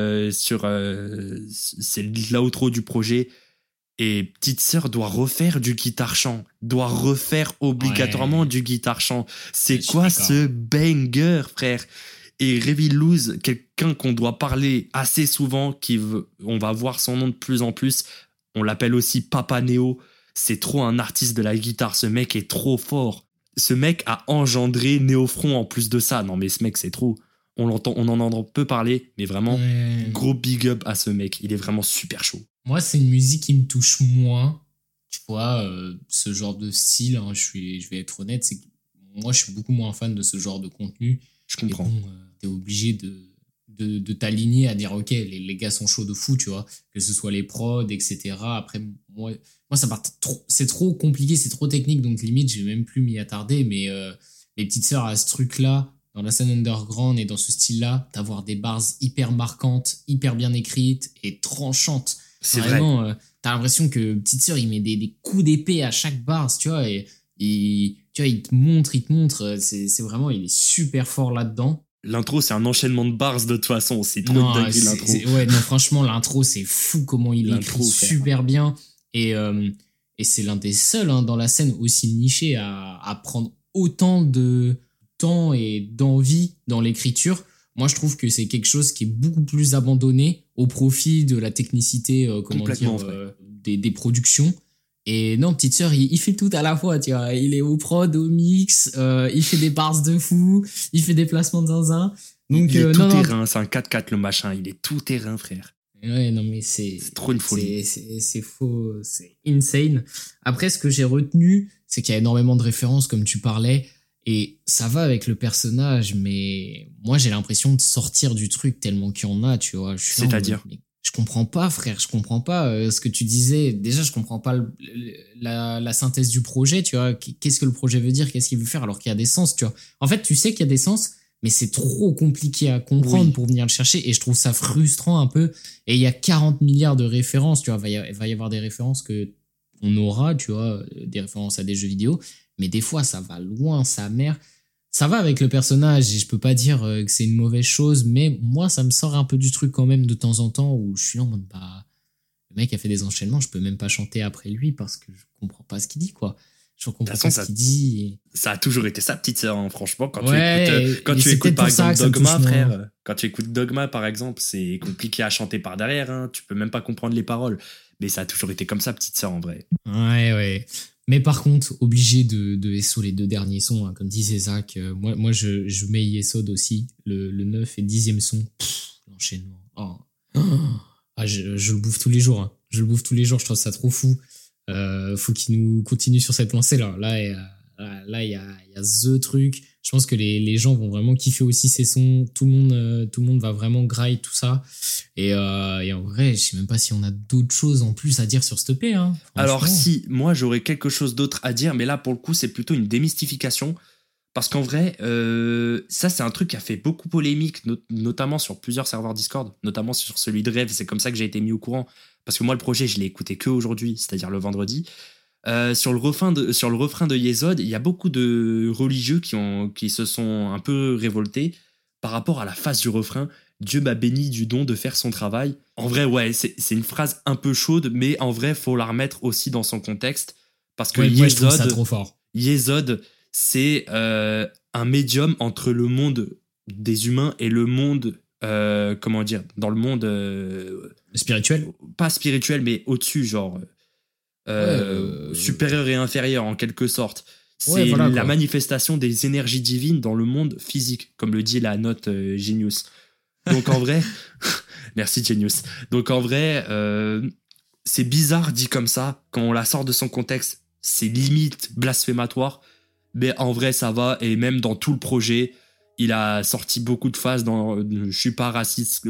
c'est l'outro du projet. Et Petite Sœur doit refaire du guitare-chant. Doit refaire obligatoirement du guitare-chant. C'est quoi ce banger, frère? Et Reveal Lose, quelqu'un qu'on doit parler assez souvent, on va voir son nom de plus en plus. On l'appelle aussi Papa Néo. C'est trop un artiste de la guitare. Ce mec est trop fort. Ce mec a engendré Néofront en plus de ça. Non, mais ce mec, c'est trop. On en entend peu parler, mais vraiment, gros big up à ce mec. Il est vraiment super chaud. Moi, c'est une musique qui me touche moins. Tu vois, ce genre de style, hein, je vais être honnête, c'est que moi, je suis beaucoup moins fan de ce genre de contenu. Je comprends. Et bon, t'es obligé de t'aligner à dire, ok, les gars sont chauds de fou, tu vois, que ce soit les prods, etc. Après, moi ça part trop, c'est trop compliqué, c'est trop technique, donc limite, je vais même plus m'y attarder, mais les Petites Sœurs à ce truc-là, dans la scène underground et dans ce style-là, d'avoir des bars hyper marquantes, hyper bien écrites et tranchantes. C'est vraiment, vrai. T'as l'impression que Petite Sœur, il met des coups d'épée à chaque bar, tu vois, et tu vois, il te montre, c'est vraiment, il est super fort là-dedans. L'intro, c'est un enchaînement de bars de toute façon. C'est trop de dinguerie, l'intro. Ouais, non, franchement, l'intro, c'est fou comment il écrit super bien. Et c'est l'un des seuls dans la scène aussi niché à prendre autant de temps et d'envie dans l'écriture. Moi, je trouve que c'est quelque chose qui est beaucoup plus abandonné au profit de la technicité, des productions. Et non, Petite Sœur, il fait tout à la fois, tu vois. Il est au prod, au mix, il fait des bars de fou, il fait des placements de zinzin. Donc, il est tout terrain, c'est un 4x4 le machin, il est tout terrain, frère. Ouais, non, mais C'est trop une folie. c'est faux, c'est insane. Après, ce que j'ai retenu, c'est qu'il y a énormément de références, comme tu parlais, et ça va avec le personnage, mais moi, j'ai l'impression de sortir du truc tellement qu'il y en a, tu vois. Je suis là en mode, C'est-à-dire? mais je comprends pas, frère, je comprends pas ce que tu disais. Déjà, je comprends pas la synthèse du projet, tu vois. Qu'est-ce que le projet veut dire, qu'est-ce qu'il veut faire, alors qu'il y a des sens, tu vois. En fait, tu sais qu'il y a des sens, mais c'est trop compliqué à comprendre Oui. pour venir le chercher, et je trouve ça frustrant un peu. Et il y a 40 milliards de références, tu vois. Il va y avoir des références que on aura, tu vois, des références à des jeux vidéo, mais des fois, ça va loin, sa mère. Ça va avec le personnage, et je peux pas dire que c'est une mauvaise chose, mais moi, ça me sort un peu du truc quand même de temps en temps, où je suis là en mode, bah, le mec a fait des enchaînements, je peux même pas chanter après lui parce que je comprends pas ce qu'il dit, quoi. Je comprends De toute pas façon, ce qu'il dit. Ça a toujours été ça, petite sœur, hein, franchement. Quand Ouais, tu c'est écoutes peut-être par pour ça exemple que ça me Dogma, touche moins. frère, quand tu écoutes Dogma par exemple, c'est compliqué à chanter par derrière, hein, tu peux même pas comprendre les paroles. Mais ça a toujours été comme ça, petite sœur, en vrai. Ouais. Mais par contre, obligé de SO les deux derniers sons, hein, comme disait Zach. Moi je mets Yesod aussi, le 9 et 10e son. L'enchaînement. Oh. Ah, je le bouffe tous les jours. Hein. Je le bouffe tous les jours, je trouve ça trop fou. Faut qu'il nous continue sur cette lancée là. Là, il y a the truc. Je pense que les gens vont vraiment kiffer aussi ces sons. Tout le monde va vraiment graille tout ça. Et en vrai, je sais même pas si on a d'autres choses en plus à dire sur cette EP. Hein, Alors franchement. si, moi j'aurais quelque chose d'autre à dire, mais là pour le coup c'est plutôt une démystification. Parce qu'en vrai, ça c'est un truc qui a fait beaucoup polémique, notamment sur plusieurs serveurs Discord, notamment sur celui de Rêve, c'est comme ça que j'ai été mis au courant. Parce que moi le projet je l'ai écouté que aujourd'hui, c'est-à-dire le vendredi. Sur le refrain de Yesod, il y a beaucoup de religieux qui se sont un peu révoltés par rapport à la phase du refrain. Dieu m'a béni du don de faire son travail. En vrai, ouais, c'est une phrase un peu chaude, mais en vrai, faut la remettre aussi dans son contexte. Parce que Ouais, moi je trouve ça trop fort. Yesod, c'est un médium entre le monde des humains et le monde, comment dire, dans le monde, Spirituel. pas spirituel, mais au-dessus, genre supérieur et inférieur en quelque sorte. C'est Ouais, voilà, la quoi. manifestation des énergies divines dans le monde physique, comme le dit la note Genius. Donc en vrai, merci Genius. Donc en vrai, c'est bizarre dit comme ça, quand on la sort de son contexte, c'est limite blasphématoire, mais en vrai ça va, et même dans tout le projet, il a sorti beaucoup de phases dans je suis pas raciste,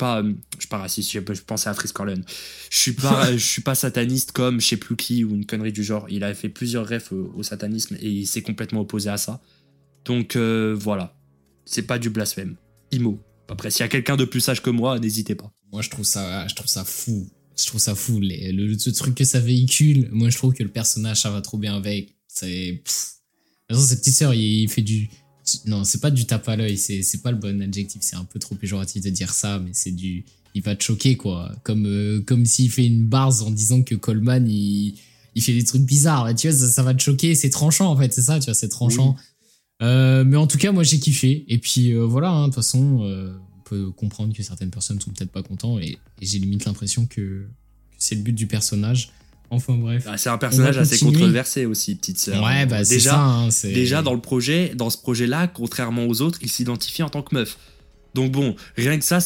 je pensais à Frisk Corleone. Je suis pas sataniste comme je sais plus qui ou une connerie du genre. Il a fait plusieurs refs au satanisme et il s'est complètement opposé à ça. Donc voilà, c'est pas du blasphème. Imo. Après, s'il y a quelqu'un de plus sage que moi, n'hésitez pas. Moi je trouve ça fou. Je trouve ça fou. Le truc que ça véhicule, moi je trouve que le personnage ça va trop bien avec. C'est. De toute façon, cette petite sœur, il fait du. Non, c'est pas du tape à l'œil, c'est pas le bon adjectif, c'est un peu trop péjoratif de dire ça, mais c'est du. Il va te choquer, quoi. Comme s'il fait une barre en disant que Coleman, il fait des trucs bizarres. Tu vois, ça va te choquer, c'est tranchant, en fait, c'est ça, tu vois, c'est tranchant. Oui. Mais en tout cas, moi, j'ai kiffé. Et puis, voilà, hein, de toute façon, on peut comprendre que certaines personnes sont peut-être pas contents, et j'ai limite l'impression que c'est le but du personnage. Enfin bref. C'est un personnage assez controversé aussi, petite sœur. Ouais, bah c'est ça. Hein, déjà dans ce projet-là, contrairement aux autres, il s'identifie en tant que meuf. Donc bon, rien que ça,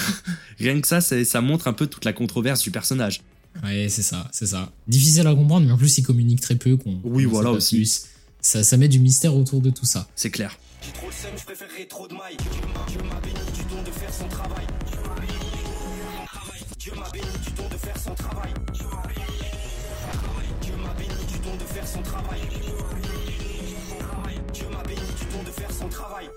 ça montre un peu toute la controverse du personnage. Ouais, c'est ça. Difficile à comprendre, mais en plus il communique très peu. Oui, voilà aussi. Plus. Ça met du mystère autour de tout ça. C'est clair. J'ai trop le seum, je préférerais trop de mailles. Dieu m'a béni du don de faire son travail. Dieu m'a béni du don de faire son travail. Dieu m'a béni du don de faire son travail. Dieu m'a béni du don de faire son travail.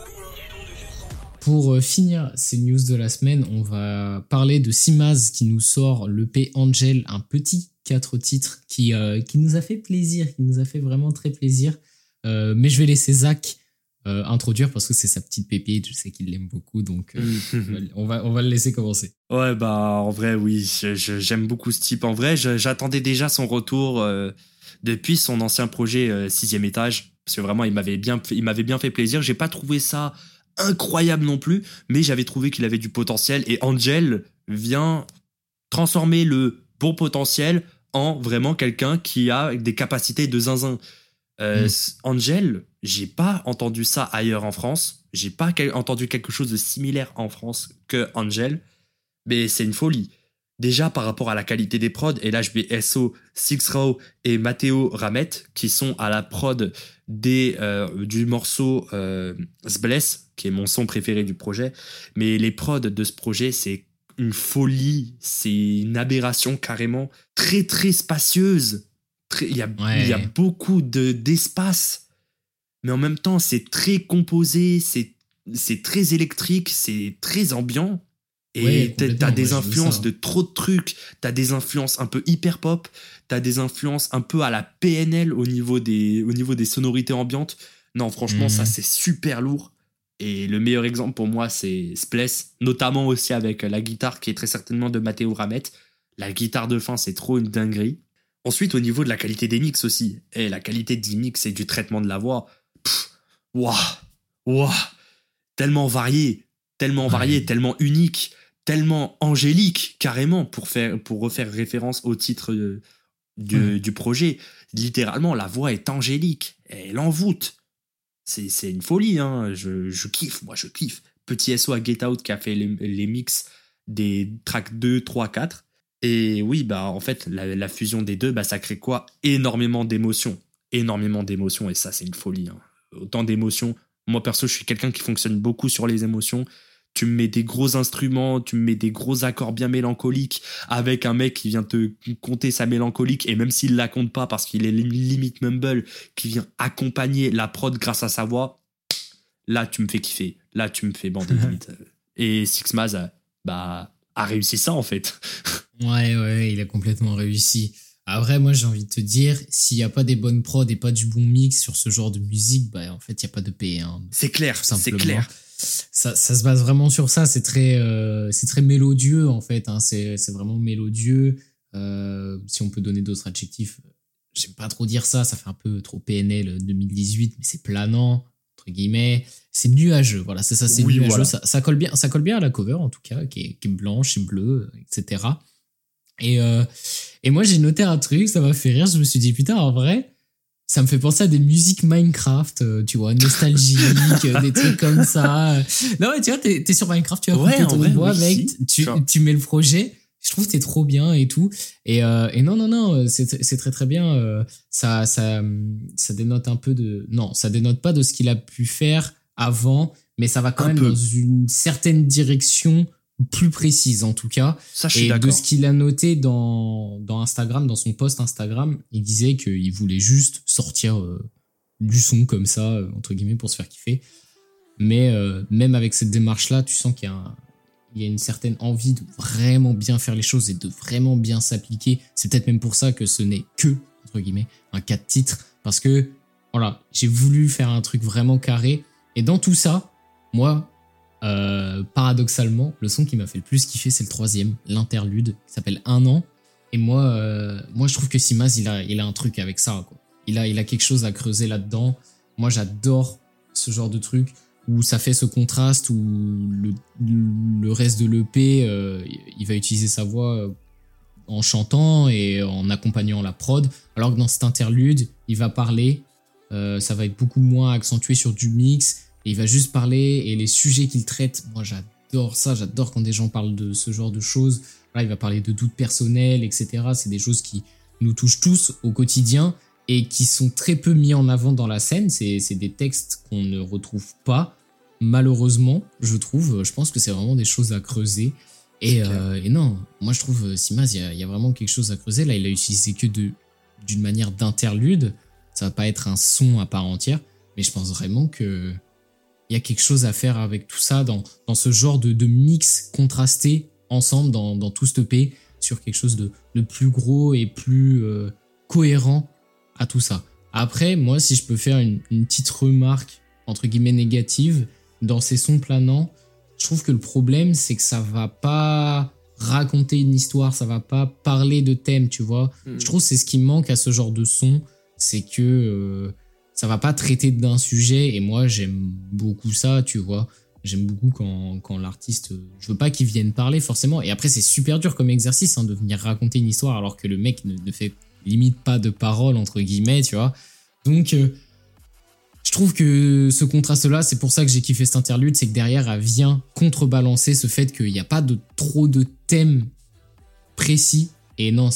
Pour finir ces news de la semaine, on va parler de Simaz qui nous sort l'EP Angel, un petit 4 titres qui nous a fait plaisir, qui nous a fait vraiment très plaisir. Mais je vais laisser Zach introduire parce que c'est sa petite pépite, je sais qu'il l'aime beaucoup, donc on va le laisser commencer. Ouais, bah en vrai oui, j'aime beaucoup ce type. En vrai, j'attendais déjà son retour depuis son ancien projet 6e étage, parce que vraiment il m'avait bien fait plaisir. J'ai pas trouvé ça incroyable non plus, mais j'avais trouvé qu'il avait du potentiel, et Angel vient transformer le bon potentiel en vraiment quelqu'un qui a des capacités de zinzin. Angel, j'ai pas entendu ça ailleurs en France. J'ai pas entendu quelque chose de similaire en France que Angel. Mais c'est une folie. Déjà par rapport à la qualité des prods, et là je mets SO, Six Row et Matteo Ramette, qui sont à la prod du morceau Sbless, qui est mon son préféré du projet. Mais les prods de ce projet, c'est une folie, c'est une aberration carrément, très très spacieuse. Il y a beaucoup d'espace, mais en même temps c'est très composé, c'est très électrique, c'est très ambiant. Et t'as des influences de trop de trucs, t'as des influences un peu hyper pop, t'as des influences un peu à la PNL au niveau des sonorités ambiantes. Non, franchement, ça c'est super lourd. Et le meilleur exemple pour moi, c'est Spless, notamment aussi avec la guitare qui est très certainement de Matteo Ramette. La guitare de fin, c'est trop une dinguerie. Ensuite, au niveau de la qualité des mix aussi. Et la qualité des mix et du traitement de la voix, waouh, tellement varié, tellement unique, tellement angélique carrément pour refaire référence au titre du projet. Littéralement, la voix est angélique, elle envoûte. C'est une folie, hein. Je kiffe. Petit SO à Get Out qui a fait les mix des tracks 2, 3, 4. Et oui, bah en fait, la fusion des deux, bah ça crée quoi? Énormément d'émotions, et ça c'est une folie, hein. Autant d'émotions. Moi perso, je suis quelqu'un qui fonctionne beaucoup sur les émotions. Tu me mets des gros instruments, tu me mets des gros accords bien mélancoliques avec un mec qui vient te compter sa mélancolique, et même s'il la compte pas parce qu'il est limite mumble, qui vient accompagner la prod grâce à sa voix, là tu me fais kiffer, là tu me fais bander limite. Et Six Maz a réussi ça en fait. Ouais, il a complètement réussi. Après, moi j'ai envie de te dire, s'il n'y a pas des bonnes prods et pas du bon mix sur ce genre de musique, bah en fait il n'y a pas de paix, hein. C'est clair, c'est clair. Ça se base vraiment sur ça. C'est très mélodieux en fait, hein. C'est vraiment mélodieux. Si on peut donner d'autres adjectifs, j'aime pas trop dire ça. Ça fait un peu trop PNL 2018, mais c'est planant entre guillemets. C'est nuageux. Voilà, c'est ça. C'est nuageux. Voilà. Ça colle bien. Ça colle bien à la cover en tout cas, qui est blanche et bleue, etc. Et moi j'ai noté un truc, ça m'a fait rire. Je me suis dit putain, en vrai, ça me fait penser à des musiques Minecraft, tu vois, nostalgiques, des trucs comme ça. Non, mais tu vois, t'es sur Minecraft, tu vas couper ton bois, mec, tu mets le projet. Je trouve que t'es trop bien et tout. Et non, c'est très très bien. Ça dénote un peu de... Non, ça dénote pas de ce qu'il a pu faire avant, mais ça va quand même dans une certaine direction plus précise en tout cas. Ça, je suis d'accord. De ce qu'il a noté dans Instagram, dans son post Instagram, il disait qu'il voulait juste sortir du son comme ça, entre guillemets, pour se faire kiffer. Mais même avec cette démarche-là, tu sens qu'il y a une certaine envie de vraiment bien faire les choses et de vraiment bien s'appliquer. C'est peut-être même pour ça que ce n'est que, entre guillemets, un 4 titres. Parce que, voilà, j'ai voulu faire un truc vraiment carré. Et dans tout ça, moi... paradoxalement, le son qui m'a fait le plus kiffer, c'est le 3e, l'interlude, qui s'appelle Un an. Et moi je trouve que Simaz, il a un truc avec ça, quoi. Il a quelque chose à creuser là-dedans. Moi, j'adore ce genre de truc où ça fait ce contraste, où le reste de l'EP, il va utiliser sa voix en chantant et en accompagnant la prod, alors que dans cet interlude, il va parler, ça va être beaucoup moins accentué sur du mix. Et il va juste parler, et les sujets qu'il traite, moi j'adore ça, j'adore quand des gens parlent de ce genre de choses. Là, il va parler de doutes personnels, etc. C'est des choses qui nous touchent tous au quotidien et qui sont très peu mis en avant dans la scène. C'est des textes qu'on ne retrouve pas, malheureusement, je trouve. Je pense que c'est vraiment des choses à creuser. Et non, moi je trouve, Simaz, il y a vraiment quelque chose à creuser. Là, il a utilisé que d'une manière d'interlude. Ça va pas être un son à part entière, mais je pense vraiment que il y a quelque chose à faire avec tout ça dans ce genre de mix contrasté ensemble dans tout ce EP sur quelque chose de plus gros et plus cohérent à tout ça. Après, moi, si je peux faire une petite remarque entre guillemets négative dans ces sons planants, je trouve que le problème, c'est que ça va pas raconter une histoire, ça va pas parler de thème, tu vois. Je trouve que c'est ce qui manque à ce genre de son, c'est que ça va pas traiter d'un sujet, et moi j'aime beaucoup ça, tu vois. J'aime beaucoup quand l'artiste, je veux pas qu'il vienne parler forcément, et après c'est super dur comme exercice de venir raconter une histoire alors que le mec ne fait limite pas de paroles entre guillemets, tu vois. Donc Je trouve que ce contraste-là, c'est pour ça que j'ai kiffé cet interlude, c'est que derrière, elle vient contrebalancer ce fait qu'il n'y a pas trop de thèmes précis. Et non,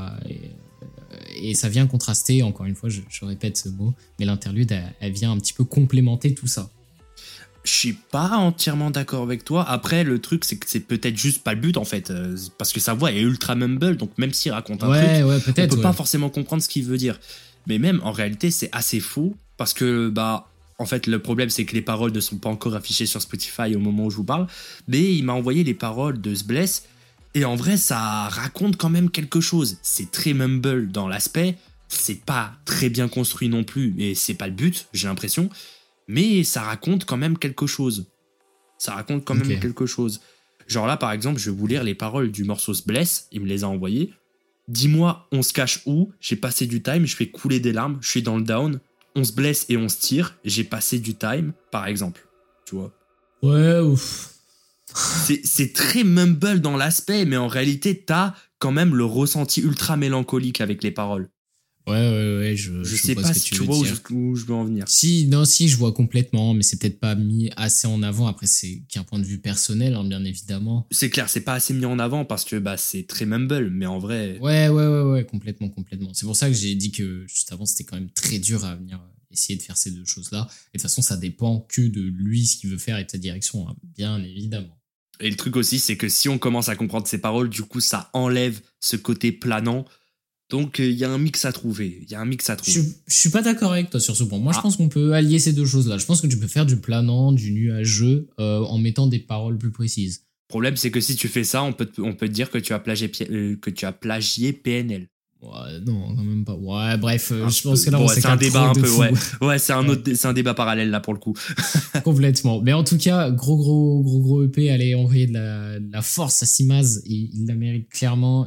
et ça vient contraster, encore une fois, je répète ce mot, mais l'interlude, elle vient un petit peu complémenter tout ça. Je suis pas entièrement d'accord avec toi. Après, le truc, c'est que c'est peut-être juste pas le but, en fait. Parce que sa voix est ultra mumble, donc même s'il raconte un truc, ouais, peut-être, on peut pas forcément comprendre ce qu'il veut dire. Mais même, en réalité, c'est assez faux. Parce que, en fait, le problème, c'est que les paroles ne sont pas encore affichées sur Spotify au moment où je vous parle. Mais il m'a envoyé les paroles de Sbless. Et en vrai, ça raconte quand même quelque chose. C'est très mumble dans l'aspect. C'est pas très bien construit non plus. Et c'est pas le but, j'ai l'impression. Mais ça raconte quand même quelque chose. Quelque chose. Genre là, par exemple, je vais vous lire les paroles du morceau Sbless. Il me les a envoyées. Dis-moi, on se cache où? J'ai passé du time, je fais couler des larmes, je suis dans le down. On se blesse et on se tire. J'ai passé du time, par exemple. Tu vois? Ouais, ouf. C'est très mumble dans l'aspect, mais en réalité, t'as quand même le ressenti ultra mélancolique avec les paroles. Ouais, je sais pas si tu vois où je veux en venir. Si, je vois complètement, mais c'est peut-être pas mis assez en avant. Après, c'est qu'un point de vue personnel, hein, bien évidemment. C'est clair, c'est pas assez mis en avant parce que c'est très mumble, mais en vrai... Ouais, complètement. C'est pour ça que j'ai dit que juste avant, c'était quand même très dur à venir essayer de faire ces deux choses-là. Et de toute façon, ça dépend que de lui, ce qu'il veut faire et de sa direction, hein, bien évidemment. Et le truc aussi, c'est que si on commence à comprendre ses paroles, du coup, ça enlève ce côté planant. Donc, il y a un mix à trouver. Je suis pas d'accord avec toi sur ce point. Moi, je pense qu'on peut allier ces deux choses-là. Je pense que tu peux faire du planant, du nuageux, en mettant des paroles plus précises. Le problème, c'est que si tu fais ça, on peut te dire que tu as plagié PNL. Ouais, non, quand même pas. Ouais, bref, je pense que là, c'est un débat un peu, ouais, c'est un débat parallèle, là, pour le coup. Complètement. Mais en tout cas, gros EP, allez envoyer de la force à Simaz. Il la mérite clairement.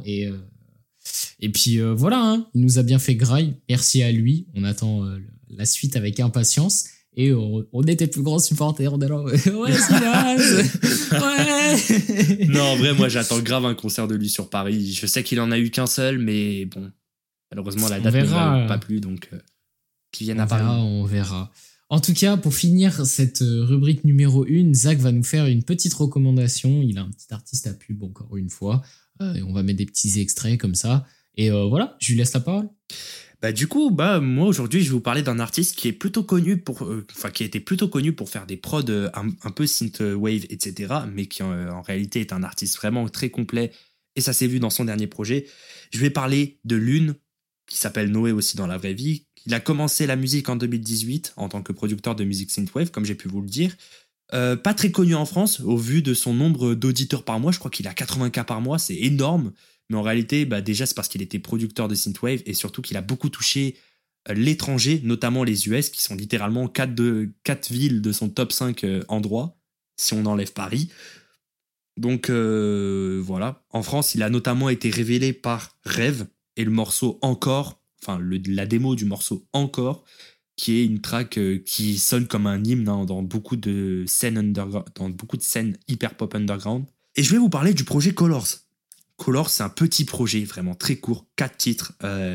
Et puis voilà, hein, il nous a bien fait graille. Merci à lui. On attend la suite avec impatience. Et on était plus grands supporters. On est là, ouais, Simaz. Ouais. Non, en vrai, moi, j'attends grave un concert de lui sur Paris. Je sais qu'il en a eu qu'un seul, mais bon, malheureusement, la date ne va pas plus, donc qu'il vienne à Paris. On verra. En tout cas, pour finir cette rubrique numéro 1, Zach va nous faire une petite recommandation. Il a un petit artiste à pub, encore une fois. Et on va mettre des petits extraits comme ça. Et voilà, je lui laisse la parole. Du coup, moi aujourd'hui, je vais vous parler d'un artiste qui est plutôt connu qui a été plutôt connu pour faire des prods un peu synthwave, etc. Mais qui en réalité est un artiste vraiment très complet. Et ça s'est vu dans son dernier projet. Je vais parler de Lune, qui s'appelle Noé aussi dans la vraie vie. Il a commencé la musique en 2018 en tant que producteur de musique synthwave, comme j'ai pu vous le dire. Pas très connu en France, au vu de son nombre d'auditeurs par mois. Je crois qu'il a 80K par mois, c'est énorme. Mais en réalité, déjà, c'est parce qu'il était producteur de synthwave et surtout qu'il a beaucoup touché l'étranger, notamment les US, qui sont littéralement 4 villes de son top 5 endroits, si on enlève Paris. Donc voilà. En France, il a notamment été révélé par Rêve et le morceau Encore, la démo du morceau Encore, qui est une track qui sonne comme un hymne dans beaucoup de scènes hyper pop underground. Et je vais vous parler du projet Colors. Colors, c'est un petit projet vraiment très court, 4 titres,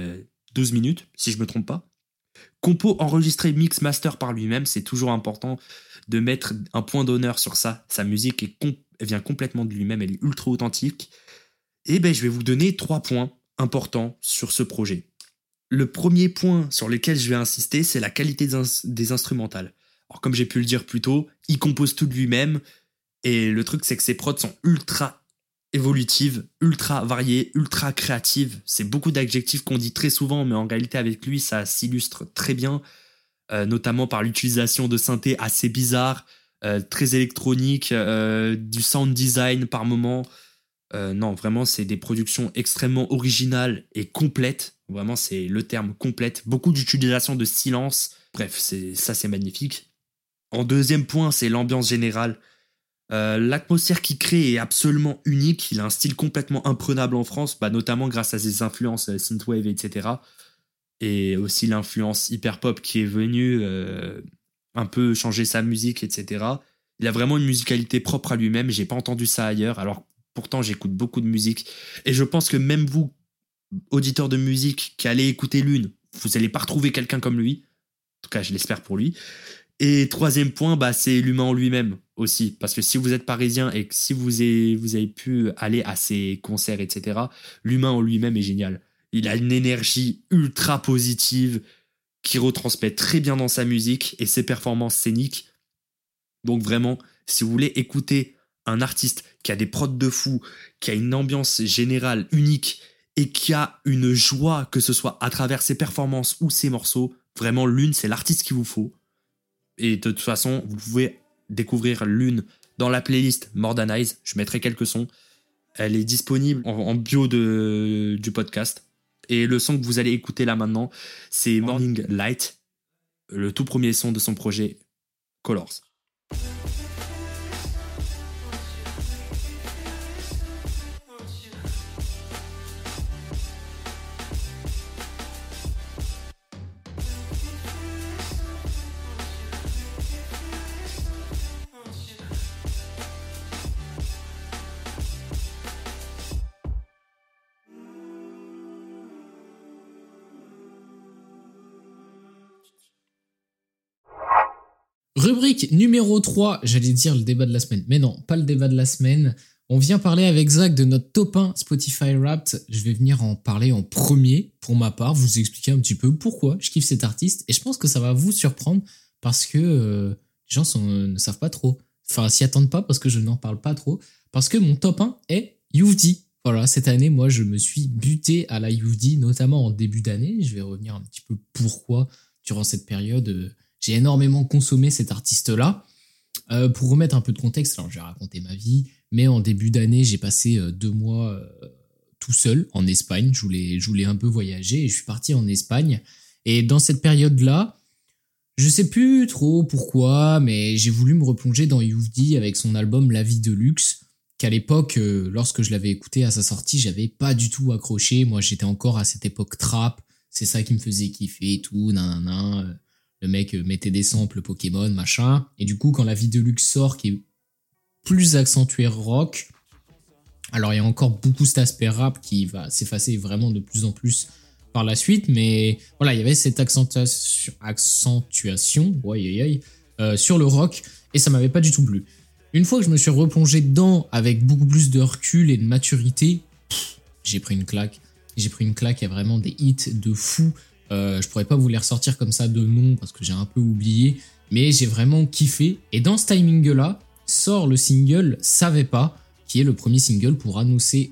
12 minutes, si je me trompe pas. Compo enregistré, mix, master par lui-même, c'est toujours important de mettre un point d'honneur sur ça. Sa musique elle vient complètement de lui-même, elle est ultra authentique. Et je vais vous donner 3 points importants sur ce projet. Le premier point sur lequel je vais insister, c'est la qualité des instrumentales. Alors comme j'ai pu le dire plus tôt, il compose tout de lui-même, et le truc c'est que ses prods sont ultra évolutives, ultra variées, ultra créatives. C'est beaucoup d'adjectifs qu'on dit très souvent, mais en réalité avec lui ça s'illustre très bien, notamment par l'utilisation de synthés assez bizarres, très électroniques, du sound design par moment. Non, vraiment, c'est des productions extrêmement originales et complètes. Vraiment, c'est le terme complète. Beaucoup d'utilisation de silence. Bref, c'est magnifique. En deuxième point, c'est l'ambiance générale. L'atmosphère qu'il crée est absolument unique. Il a un style complètement imprenable en France, notamment grâce à ses influences synthwave, etc. Et aussi l'influence hyper pop qui est venue un peu changer sa musique, etc. Il a vraiment une musicalité propre à lui-même. J'ai pas entendu ça ailleurs. Alors pourtant, j'écoute beaucoup de musique. Et je pense que même vous, auditeurs de musique qui allez écouter Lune, vous n'allez pas retrouver quelqu'un comme lui. tout cas, je l'espère pour lui. Et troisième point, c'est l'humain en lui-même aussi. Parce que si vous êtes parisien et que si vous avez pu aller à ses concerts, etc., l'humain en lui-même est génial. Il a une énergie ultra positive qui retransmet très bien dans sa musique et ses performances scéniques. Donc vraiment, si vous voulez écouter un artiste qui a des prods de fou, qui a une ambiance générale unique et qui a une joie, que ce soit à travers ses performances ou ses morceaux, vraiment Lune, c'est l'artiste qu'il vous faut. Et de toute façon, vous pouvez découvrir Lune dans la playlist More Than Eyes. Je mettrai quelques sons. Elle est disponible en bio du podcast. Et le son que vous allez écouter là maintenant, c'est Morning Light, le tout premier son de son projet Colors. Rubrique numéro 3, j'allais dire le débat de la semaine, mais non, pas le débat de la semaine. On vient parler avec Zach de notre top 1 Spotify Wrapped. Je vais venir en parler en premier, pour ma part, vous expliquer un petit peu pourquoi je kiffe cet artiste. Et je pense que ça va vous surprendre parce que les gens ne savent pas trop. Enfin, s'y attendent pas parce que je n'en parle pas trop. Parce que mon top 1 est Youf D. Voilà, cette année, moi, je me suis buté à la Youf D, notamment en début d'année. Je vais revenir un petit peu pourquoi, durant cette période, j'ai énormément consommé cet artiste-là. Pour remettre un peu de contexte, alors je vais raconter ma vie, mais en début d'année, j'ai passé 2 mois tout seul en Espagne. Je voulais un peu voyager et je suis parti en Espagne. Et dans cette période-là, je sais plus trop pourquoi, mais j'ai voulu me replonger dans Youf D avec son album La Vie de Luxe, qu'à l'époque, lorsque je l'avais écouté à sa sortie, j'avais pas du tout accroché. Moi, j'étais encore à cette époque trap, c'est ça qui me faisait kiffer et tout, nanana. Le mec mettait des samples Pokémon, machin. Et du coup, quand La Vie de Luxe sort, qui est plus accentué rock, alors il y a encore beaucoup cet aspect rap qui va s'effacer vraiment de plus en plus par la suite. Mais voilà, il y avait cette accentuation sur le rock et ça m'avait pas du tout plu. Une fois que je me suis replongé dedans avec beaucoup plus de recul et de maturité, j'ai pris une claque. J'ai pris une claque, il y a vraiment des hits de fou. Je pourrais pas vous les ressortir comme ça de nom parce que j'ai un peu oublié, mais j'ai vraiment kiffé. Et dans ce timing-là, sort le single Savais pas, qui est le premier single pour annoncer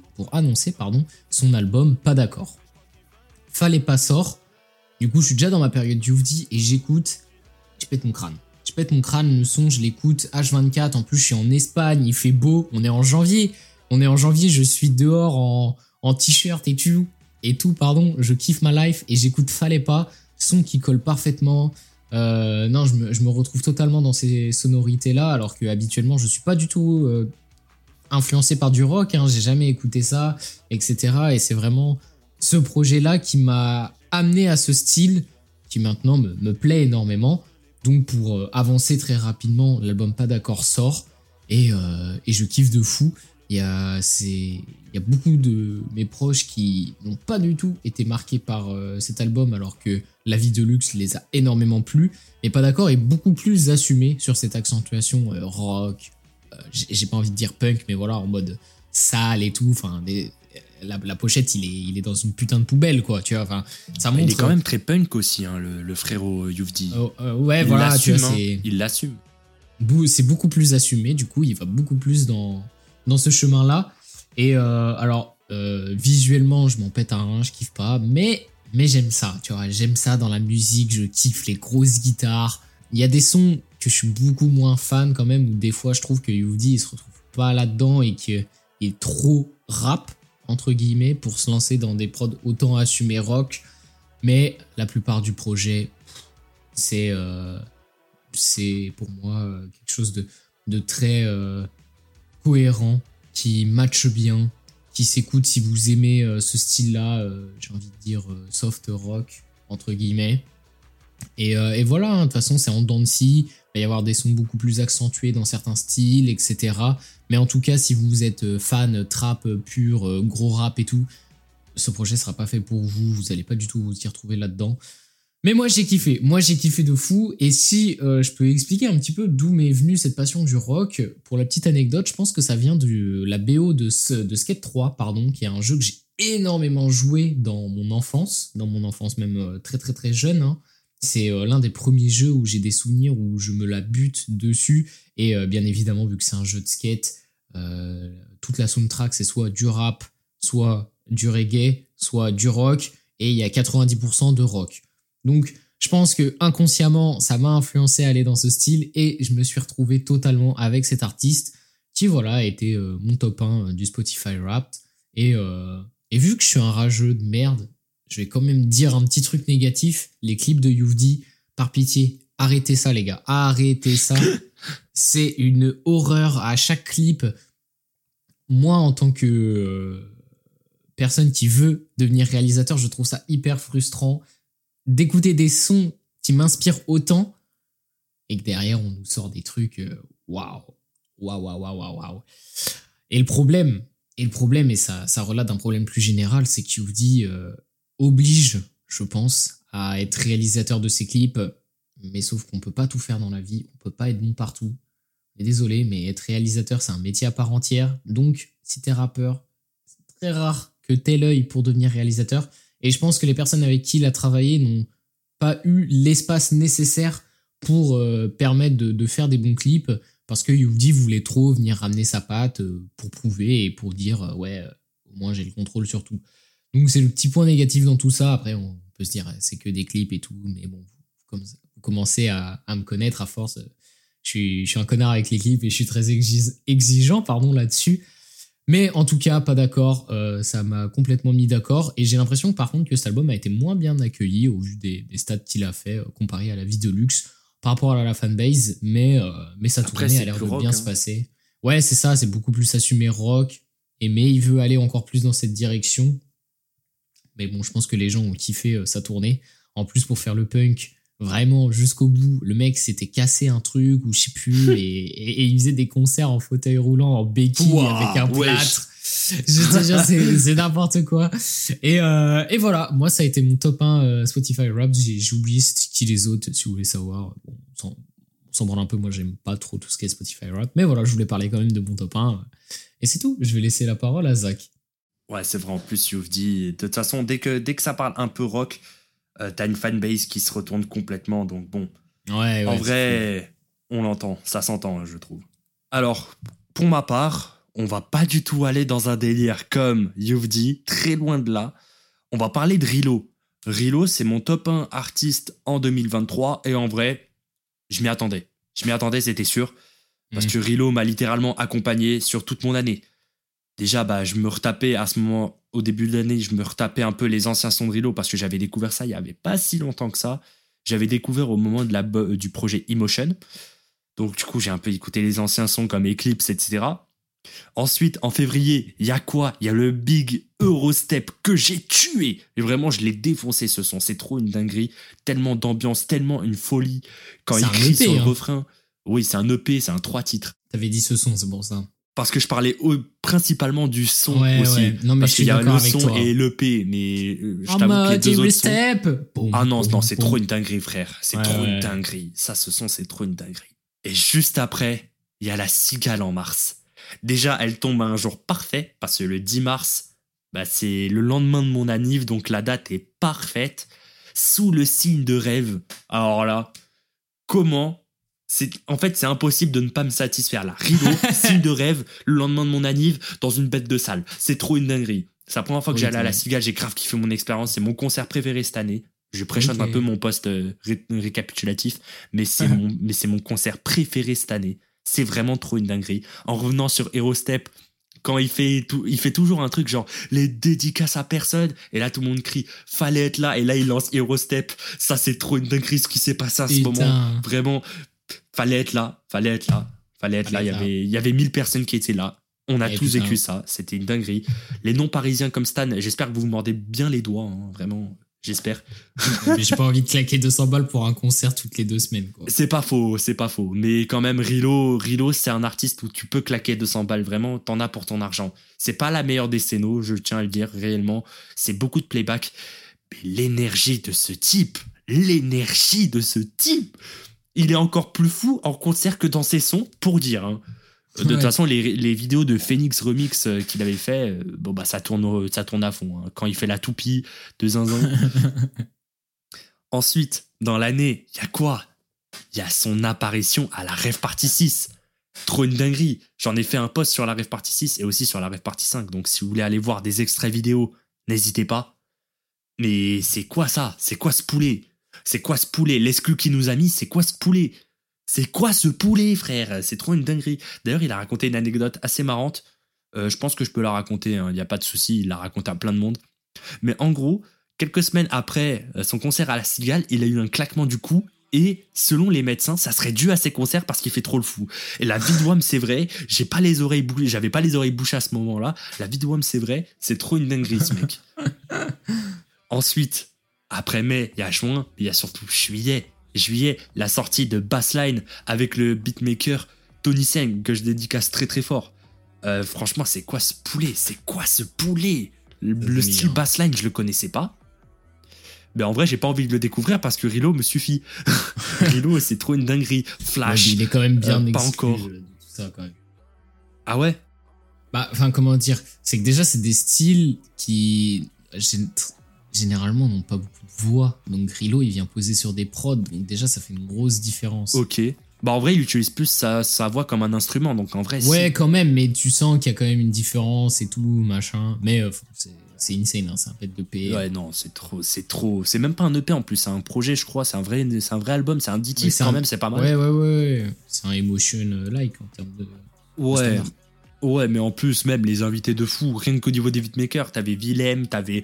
son album Pas d'accord. Fallait pas sort. Du coup, je suis déjà dans ma période Youf D et j'écoute. Je pète mon crâne. Le son, je l'écoute H24. En plus, je suis en Espagne, il fait beau. On est en janvier, je suis dehors en t-shirt et tout. Je kiffe ma life et j'écoute Fallait pas, son qui colle parfaitement. Non, je me retrouve totalement dans ces sonorités-là, alors que habituellement je suis pas du tout influencé par du rock, hein, j'ai jamais écouté ça, etc. Et c'est vraiment ce projet-là qui m'a amené à ce style qui maintenant me plaît énormément. Donc pour avancer très rapidement, l'album Pas d'accord sort et je kiffe de fou. Il y a beaucoup de mes proches qui n'ont pas du tout été marqués par cet album, alors que La Vie de Luxe les a énormément plu. Mais Pas d'accord est beaucoup plus assumé sur cette accentuation rock. J'ai pas envie de dire punk, mais voilà, en mode sale et tout. Enfin, la pochette, il est dans une putain de poubelle, quoi. Tu vois, enfin, ça montre. Il est quand même très punk aussi, hein, le frérot Youf D. Ouais, voilà, tu vois, il l'assume. C'est beaucoup plus assumé, du coup, il va beaucoup plus dans ce chemin-là. Et visuellement, je m'en pète un rein, je kiffe pas, mais j'aime ça, tu vois, j'aime ça dans la musique, je kiffe les grosses guitares. Il y a des sons que je suis beaucoup moins fan quand même, où des fois je trouve que Youf D il se retrouve pas là-dedans et qu'il est trop rap, entre guillemets, pour se lancer dans des prods autant assumés rock. Mais la plupart du projet, c'est pour moi quelque chose de très cohérent, qui matche bien, qui s'écoute si vous aimez ce style-là, j'ai envie de dire soft rock, entre guillemets. Et voilà, de toute façon, c'est en dents de scie, il va y avoir des sons beaucoup plus accentués dans certains styles, etc. Mais en tout cas, si vous êtes fan trap pur, gros rap et tout, ce projet sera pas fait pour vous, vous allez pas du tout vous y retrouver là-dedans. Mais moi j'ai kiffé de fou. Et si je peux expliquer un petit peu d'où m'est venue cette passion du rock, pour la petite anecdote, je pense que ça vient de la BO de Skate 3, pardon, qui est un jeu que j'ai énormément joué dans mon enfance même très très très jeune, hein. C'est l'un des premiers jeux où j'ai des souvenirs où je me la bute dessus. Et bien évidemment, vu que c'est un jeu de skate, toute la soundtrack c'est soit du rap, soit du reggae, soit du rock, et il y a 90% de rock. Donc, je pense que inconsciemment, ça m'a influencé à aller dans ce style et je me suis retrouvé totalement avec cet artiste qui, voilà, a été mon top 1 du Spotify Wrapped. Et vu que je suis un rageux de merde, je vais quand même dire un petit truc négatif. Les clips de Youvdi, par pitié, arrêtez ça, les gars. Arrêtez ça. C'est une horreur à chaque clip. Moi, en tant que personne qui veut devenir réalisateur, je trouve ça hyper frustrant d'écouter des sons qui m'inspirent autant et que derrière on nous sort des trucs waouh. Et le problème, et ça relate un problème plus général, c'est que Youvdi oblige, je pense, à être réalisateur de ses clips, mais sauf qu'on peut pas tout faire dans la vie, on peut pas être bon partout. Mais désolé, mais être réalisateur, c'est un métier à part entière. Donc, si t'es rappeur, c'est très rare que t'aies l'œil pour devenir réalisateur. Et je pense que les personnes avec qui il a travaillé n'ont pas eu l'espace nécessaire pour permettre de faire des bons clips, parce que Youvdi voulait trop venir ramener sa patte pour prouver et pour dire ouais, au moins j'ai le contrôle sur tout. Donc c'est le petit point négatif dans tout ça. Après, on peut se dire c'est que des clips et tout, mais bon, vous commencez à me connaître à force. Je suis un connard avec les clips et je suis très exigeant là-dessus. Mais en tout cas, pas d'accord, ça m'a complètement mis d'accord. Et j'ai l'impression par contre que cet album a été moins bien accueilli au vu des stats qu'il a fait comparé à La Vie de Luxe par rapport à la fanbase. Mais sa tournée a l'air de bien se passer. Ouais, c'est ça, c'est beaucoup plus assumé rock. Mais il veut aller encore plus dans cette direction. Mais bon, je pense que les gens ont kiffé sa tournée. En plus, pour faire le punk vraiment jusqu'au bout, le mec s'était cassé un truc ou je sais plus et il faisait des concerts en fauteuil roulant, en béquille, avec un plâtre. Je te jure, c'est n'importe quoi. Et voilà, moi ça a été mon top 1 Spotify Wrapped. J'ai oublié c'était qui les autres, si vous voulez savoir. Bon, on s'en branle un peu, moi j'aime pas trop tout ce qui est Spotify Wrapped, mais voilà, je voulais parler quand même de mon top 1. Et c'est tout, je vais laisser la parole à Zach. Ouais, c'est vrai, en plus Youvdi, de toute façon, dès que ça parle un peu rock, t'as une fanbase qui se retourne complètement, donc bon. Ouais, en vrai, on l'entend, ça s'entend, je trouve. Alors, pour ma part, on va pas du tout aller dans un délire comme Youvdi, très loin de là. On va parler de Rilo. Rilo, c'est mon top 1 artiste en 2023, et en vrai, je m'y attendais. C'était sûr, parce que Rilo m'a littéralement accompagné sur toute mon année. Déjà, je me retapais à ce moment, au début de l'année, je me retapais un peu les anciens sons de Rilo parce que j'avais découvert ça il n'y avait pas si longtemps que ça. J'avais découvert au moment du projet Emotion. Donc, du coup, j'ai un peu écouté les anciens sons comme Eclipse, etc. Ensuite, en février, il y a quoi ? Il y a le Big Eurostep que j'ai tué. Et vraiment, je l'ai défoncé ce son. C'est trop une dinguerie. Tellement d'ambiance, tellement une folie. Quand il crie sur le refrain. Oui, c'est un EP, c'est un 3 titres. T'avais dit ce son, c'est pour ça. Parce que je parlais principalement du son aussi. Ouais. Non, mais parce qu'il y a le son et l'EP, mais je t'avoue que les deux autres sons... Non, c'est trop une dinguerie, frère. C'est trop une dinguerie. Ça, ce son, c'est trop une dinguerie. Et juste après, il y a la Cigale en mars. Déjà, elle tombe à un jour parfait, parce que le 10 mars, c'est le lendemain de mon anniv, donc la date est parfaite. Sous le signe de rêve. Alors là, comment... En fait, c'est impossible de ne pas me satisfaire là. Rilo, signe de rêve, le lendemain de mon anniv, dans une bête de salle. C'est trop une dinguerie. C'est la première fois que j'allais à la Cigale, j'ai grave kiffé mon expérience. C'est mon concert préféré cette année. Je préchote un peu mon post récapitulatif, mais c'est mon concert préféré cette année. C'est vraiment trop une dinguerie. En revenant sur Eurostep, quand il fait toujours un truc genre les dédicaces à personne, et là tout le monde crie fallait être là, et là il lance Eurostep. Ça, c'est trop une dinguerie ce qui s'est passé à ce moment. Vraiment. Fallait être là. Il y avait 1000 personnes qui étaient là. On a tous vécu ça. C'était une dinguerie. Les non-parisiens comme Stan, j'espère que vous vous mordez bien les doigts. Hein, vraiment, j'espère. Mais j'ai pas envie de claquer 200 balles pour un concert toutes les 2 semaines. Quoi. C'est pas faux. Mais quand même, Rilo, c'est un artiste où tu peux claquer 200 balles. Vraiment, t'en as pour ton argent. C'est pas la meilleure des scénos, je tiens à le dire réellement. C'est beaucoup de playback. Mais l'énergie de ce type... l'énergie de ce type. Il est encore plus fou en concert que dans ses sons, pour dire. Hein. De toute façon, les vidéos de Phoenix Remix qu'il avait fait, ça tourne à fond. Hein. Quand il fait la toupie de Zinzin. Ensuite, dans l'année, il y a quoi? Il y a son apparition à la Rave Party 6. Trop une dinguerie. J'en ai fait un post sur la Rave Party 6 et aussi sur la Rave Party 5. Donc, si vous voulez aller voir des extraits vidéo, n'hésitez pas. Mais c'est quoi ça? C'est quoi ce poulet? C'est quoi ce poulet? L'exclu qui nous a mis, c'est quoi ce poulet? C'est quoi ce poulet, frère? C'est trop une dinguerie. D'ailleurs, il a raconté une anecdote assez marrante. Je pense que je peux la raconter, il n'y a pas de souci. Il l'a raconté à plein de monde. Mais en gros, quelques semaines après son concert à la Cigale, il a eu un claquement du cou. Et selon les médecins, ça serait dû à ses concerts parce qu'il fait trop le fou. Et la vie de WAM, c'est vrai, j'avais pas les oreilles bouchées à ce moment-là. La vie de WAM, c'est vrai, c'est trop une dinguerie, ce mec. Ensuite, après mai, il y a juin, il y a surtout juillet. Juillet, la sortie de Bassline avec le beatmaker Tony Seng, que je dédicace très très fort. Franchement, c'est quoi ce poulet? Le style Bassline, je le connaissais pas. Mais en vrai, j'ai pas envie de le découvrir parce que Rilo me suffit. Rilo, c'est trop une dinguerie. Flash. Ouais, il est quand même bien pas encore. Tout ça, quand même. Ah ouais? Bah, enfin, comment dire? C'est que déjà, c'est des styles qui, généralement, n'ont pas beaucoup de voix. Donc, Rilo, il vient poser sur des prods. Donc, déjà, ça fait une grosse différence. Ok. Bah, en vrai, il utilise plus sa voix comme un instrument. Donc, en vrai, ouais, quand même. Mais tu sens qu'il y a quand même une différence et tout, machin. Mais c'est insane, hein, c'est un pet de EP. Ouais, non, c'est trop. C'est même pas un EP en plus, c'est un projet, je crois. C'est un vrai album, c'est un 10 titres quand même, c'est pas mal. Ouais. C'est un emotion-like en termes de. Ouais. Ouais, mais en plus, même les invités de fou, rien qu'au niveau des beatmakers, t'avais Willem, t'avais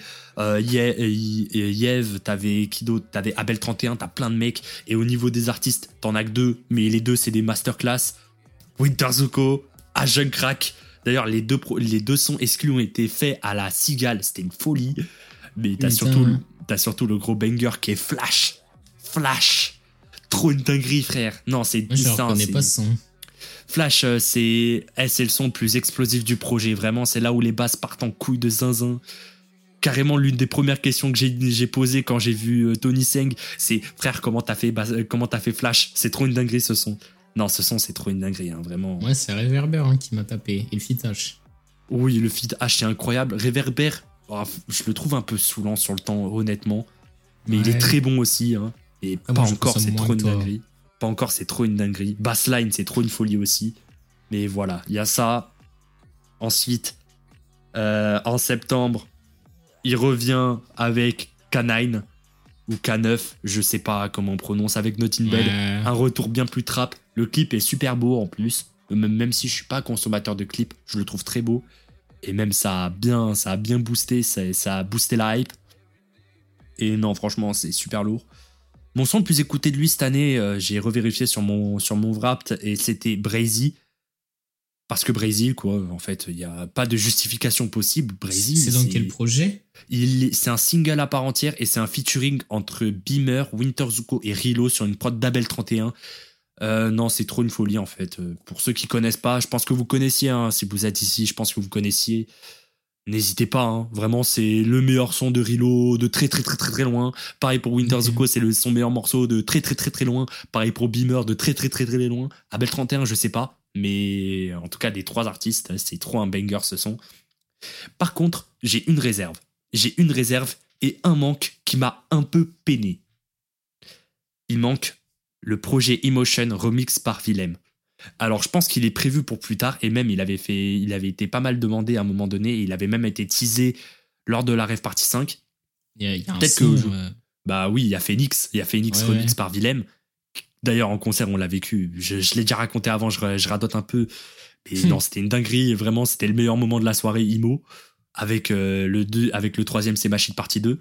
Yev, t'avais qui d'autre? T'avais Abel 31, t'as plein de mecs. Et au niveau des artistes, t'en as que 2, mais les 2, c'est des masterclass. Winter Zuko, Agent Crack. D'ailleurs, les deux sons exclus ont été faits à la Cigale, c'était une folie. Mais t'as surtout le gros banger qui est Flash. Flash. Trop une dinguerie, frère. Non, c'est moi, je ne connais pas ce son. Flash, c'est le son le plus explosif du projet. Vraiment, c'est là où les basses partent en couilles de zinzin. Carrément, l'une des premières questions que j'ai posées quand j'ai vu Tony Seng, c'est « Frère, comment t'as fait Flash ?» C'est trop une dinguerie, ce son. Non, ce son, c'est trop une dinguerie, hein, vraiment. Ouais, c'est Reverber qui m'a tapé. Et le feat H. Oui, le feat H, c'est incroyable. Reverber, je le trouve un peu saoulant sur le temps, honnêtement. Mais il est très bon aussi. Hein. Et pas encore, c'est trop une dinguerie. Pas encore, c'est trop une dinguerie. Bassline, c'est trop une folie aussi. Mais voilà, il y a ça. Ensuite, en septembre, il revient avec K9 ou K9, je sais pas comment on prononce, avec Nothing Bed. Un retour bien plus trap. Le clip est super beau en plus. Même si je suis pas consommateur de clips, je le trouve très beau. Et même ça a bien boosté, ça a boosté la hype. Et non, franchement, c'est super lourd. Mon son le plus écouté de lui cette année, j'ai revérifié sur mon Wrapped et c'était Brazy. Parce que Brazy, quoi, en fait, il n'y a pas de justification possible. Brazy, c'est dans quel projet? C'est un single à part entière et c'est un featuring entre Beamer, Winter Zuko et Rilo sur une prod d'Abel 31. Non, c'est trop une folie en fait. Pour ceux qui connaissent pas, je pense que vous connaissiez. Hein, si vous êtes ici, je pense que vous connaissiez. N'hésitez pas. Hein, vraiment, c'est le meilleur son de Rilo de très très très très très loin. Pareil pour Winter Zuko, c'est son meilleur morceau de très très très très loin. Pareil pour Beamer de très très très très loin. Abel 31, je sais pas, mais en tout cas des 3 artistes, c'est trop un banger ce son. Par contre, j'ai une réserve et un manque qui m'a un peu peiné. Il manque le projet Emotion remix par Willem. Alors je pense qu'il est prévu pour plus tard et même il avait été pas mal demandé à un moment donné et il avait même été teasé lors de la Rave Party 5. Il y a un peut-être son, que bah oui, il y a Phoenix remix par Willem. D'ailleurs en concert on l'a vécu. Je l'ai déjà raconté avant, je radote un peu. Mais non, c'était une dinguerie, vraiment c'était le meilleur moment de la soirée emo avec le troisième c'est Machine Partie 2.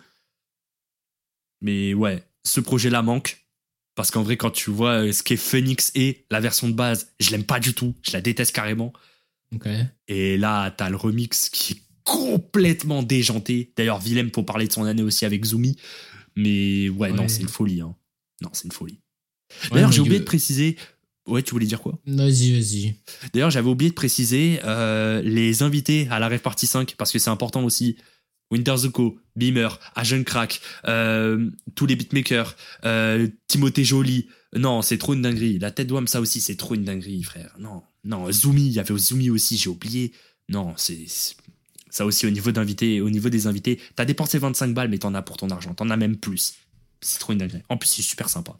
Mais ouais, ce projet là manque. Parce qu'en vrai, quand tu vois ce qu'est Phoenix et la version de base, je l'aime pas du tout. Je la déteste carrément. Okay. Et là, t'as le remix qui est complètement déjanté. D'ailleurs, Willem, pour parler de son année aussi avec Zumi. Mais ouais, non, c'est une folie. Hein. Non, c'est une folie. D'ailleurs, j'ai oublié de préciser... Ouais, tu voulais dire quoi? Vas-y. D'ailleurs, j'avais oublié de préciser les invités à la Rave Party 5, parce que c'est important aussi. Winter Zuko, Beamer, Agent Crack, tous les beatmakers, Timothée Joly. Non, c'est trop une dinguerie. La tête d'Ouam, ça aussi, c'est trop une dinguerie, frère. Non, Zumi, il y avait Zumi aussi, j'ai oublié. Non, c'est ça aussi au niveau des invités. T'as dépensé 25 balles, mais t'en as pour ton argent. T'en as même plus. C'est trop une dinguerie. En plus, c'est super sympa.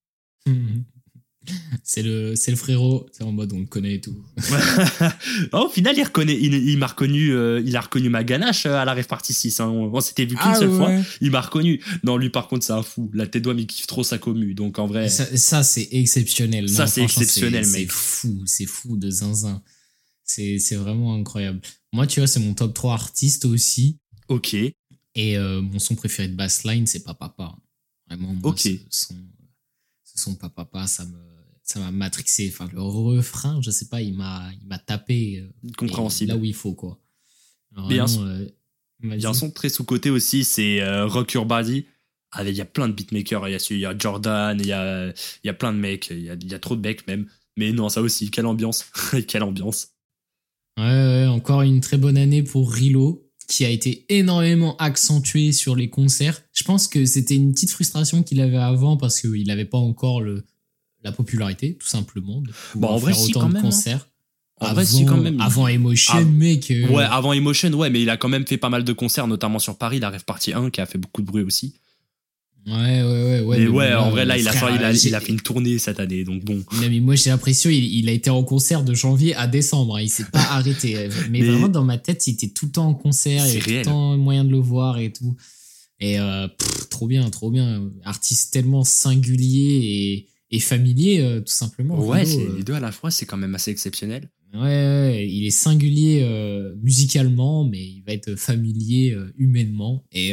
C'est le frérot, c'est en mode on le connaît et tout. Au final, il m'a reconnu, il a reconnu ma ganache à la rave party 6. Hein. On s'était vu qu'une seule fois. Il m'a reconnu. Non, lui, par contre, c'est un fou. La tête d'homme, il kiffe trop sa commu. Donc, en vrai. Ça c'est exceptionnel. Ça, non, c'est exceptionnel, mec. C'est fou de zinzin. C'est vraiment incroyable. Moi, tu vois, c'est mon top 3 artistes aussi. Ok. Et mon son préféré de bassline, c'est Papa. Vraiment, moi, ok. Ce son Papa, ça m'a matrixé. Enfin, le refrain, je sais pas, il m'a tapé. Compréhensible. Là où il faut, quoi. Alors, il y a un son très sous-côté aussi, c'est Rock Your Body. Il y a plein de beatmakers. Il y a Jordan, il y a plein de mecs. Il y a trop de mecs même. Mais non, ça aussi, quelle ambiance. Quelle ambiance. Ouais, encore une très bonne année pour Rilo, qui a été énormément accentué sur les concerts. Je pense que c'était une petite frustration qu'il avait avant parce qu'il n'avait pas encore la popularité, tout simplement. Bon, en vrai, faire si, autant quand de même. concerts. En vrai, si, quand même. Avant Emotion, mec. Ouais, avant Emotion, ouais, mais il a quand même fait pas mal de concerts, notamment sur Paris, la Rave Party 1, qui a fait beaucoup de bruit aussi. Ouais. Mais ouais, en vrai, là, il a fait une tournée cette année, donc bon. Non, mais moi, j'ai l'impression, il a été en concert de janvier à décembre, hein, il s'est pas arrêté. Mais vraiment, dans ma tête, il était tout le temps en concert, il y avait tout le temps moyen de le voir et tout. Et trop bien. Artiste tellement singulier et familier, tout simplement. Ouais, Rilo, les deux à la fois, c'est quand même assez exceptionnel. Ouais, il est singulier musicalement, mais il va être familier humainement. Et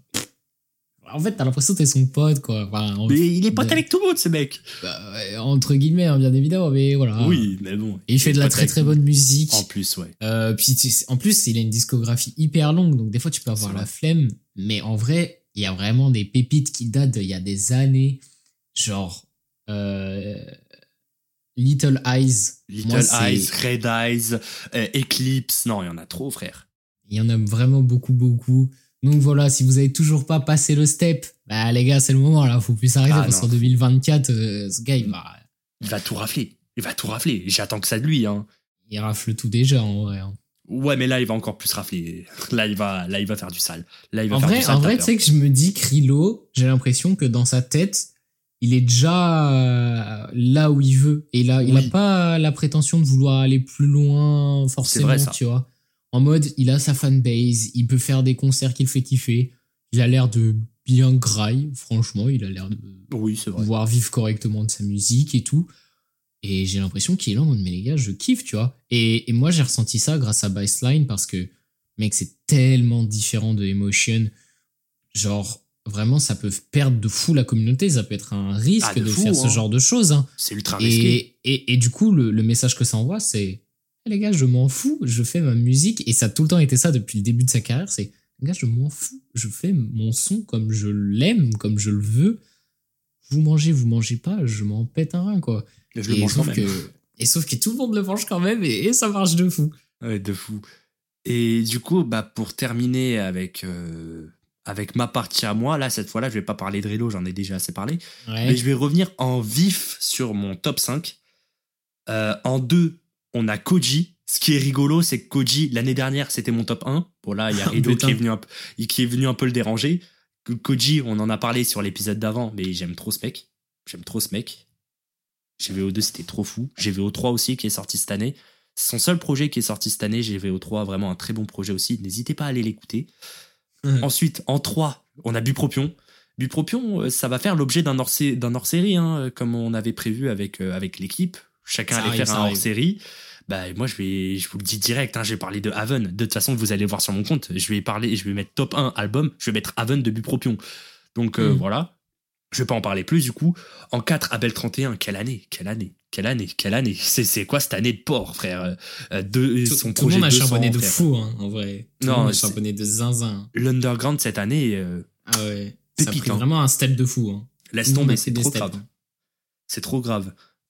en fait, t'as l'impression que t'es son pote, quoi. Enfin, mais il est pote avec tout le monde, ce mec. Entre guillemets, hein, bien évidemment, mais voilà. Oui, mais bon. Et il fait de la très très bonne musique. En plus, ouais. Puis en plus, il a une discographie hyper longue, donc des fois tu peux avoir la flemme. Mais en vrai, il y a vraiment des pépites qui datent d'il y a des années. Genre Little Eyes. Red Eyes, Eclipse. Non, il y en a trop, frère. Il y en a vraiment beaucoup. Donc voilà, si vous avez toujours pas passé le step, bah les gars, c'est le moment là, faut plus s'arrêter parce qu'en 2024, ce gars il va tout rafler. J'attends que ça de lui, hein. Il rafle tout déjà en vrai. Hein. Ouais, mais là il va encore plus rafler. Là il va faire du sale. En vrai, tu sais que je me dis que Rilo, j'ai l'impression que dans sa tête, il est déjà là où il veut et là il a pas la prétention de vouloir aller plus loin forcément, vrai, ça. Tu vois. En mode, il a sa fanbase, il peut faire des concerts qu'il fait kiffer. Il a l'air de bien graille, franchement. Il a l'air de pouvoir vivre correctement de sa musique et tout. Et j'ai l'impression qu'il est là en mode, mais les gars, je kiffe, tu vois. Et moi, j'ai ressenti ça grâce à Baseline parce que, mec, c'est tellement différent de Emotion. Genre, vraiment, ça peut perdre de fou la communauté. Ça peut être un risque de faire ce genre de choses. Hein. C'est ultra risqué. Et du coup, le message que ça envoie, c'est... Les gars, je m'en fous, je fais ma musique. Et ça a tout le temps été ça depuis le début de sa carrière. C'est, les gars, je m'en fous, je fais mon son comme je l'aime, comme je le veux. Vous mangez pas, je m'en pète un rein, quoi. Je le mange quand même. Sauf que tout le monde le mange quand même et ça marche de fou. Ouais, de fou. Et du coup, pour terminer avec ma partie à moi, là, cette fois-là, je vais pas parler de Rilo, j'en ai déjà assez parlé. Ouais. Mais je vais revenir en vif sur mon top 5. En 2, on a Koji. Ce qui est rigolo, c'est que Koji, l'année dernière, c'était mon top 1. Bon, là, il y a Rilo qui est venu un peu le déranger. Koji, on en a parlé sur l'épisode d'avant, mais j'aime trop ce mec. GVO2, c'était trop fou. GVO3 aussi, qui est sorti cette année. C'est son seul projet qui est sorti cette année. GVO3, vraiment un très bon projet aussi. N'hésitez pas à aller l'écouter. Ensuite, en 3, on a Bupropion. Bupropion, ça va faire l'objet d'un hors-série, hein, comme on avait prévu avec l'équipe. Chacun allait faire un hors-série. Moi, je vous le dis direct, hein, je vais parler de Haven. De toute façon, vous allez voir sur mon compte, je vais mettre top 1 album, je vais mettre Haven de Bupropion. Donc voilà, je vais pas en parler plus du coup. En 4, Abel 31, quelle année. C'est quoi cette année de porc, frère. Son tout le monde a 200, charbonné de frère. fou, hein, en vrai. Tout le monde a charbonné de zinzin. L'Underground cette année, ah ouais, pépite, ça a pris vraiment un step de fou. Hein. Laisse tomber, c'est trop grave. C'est trop grave.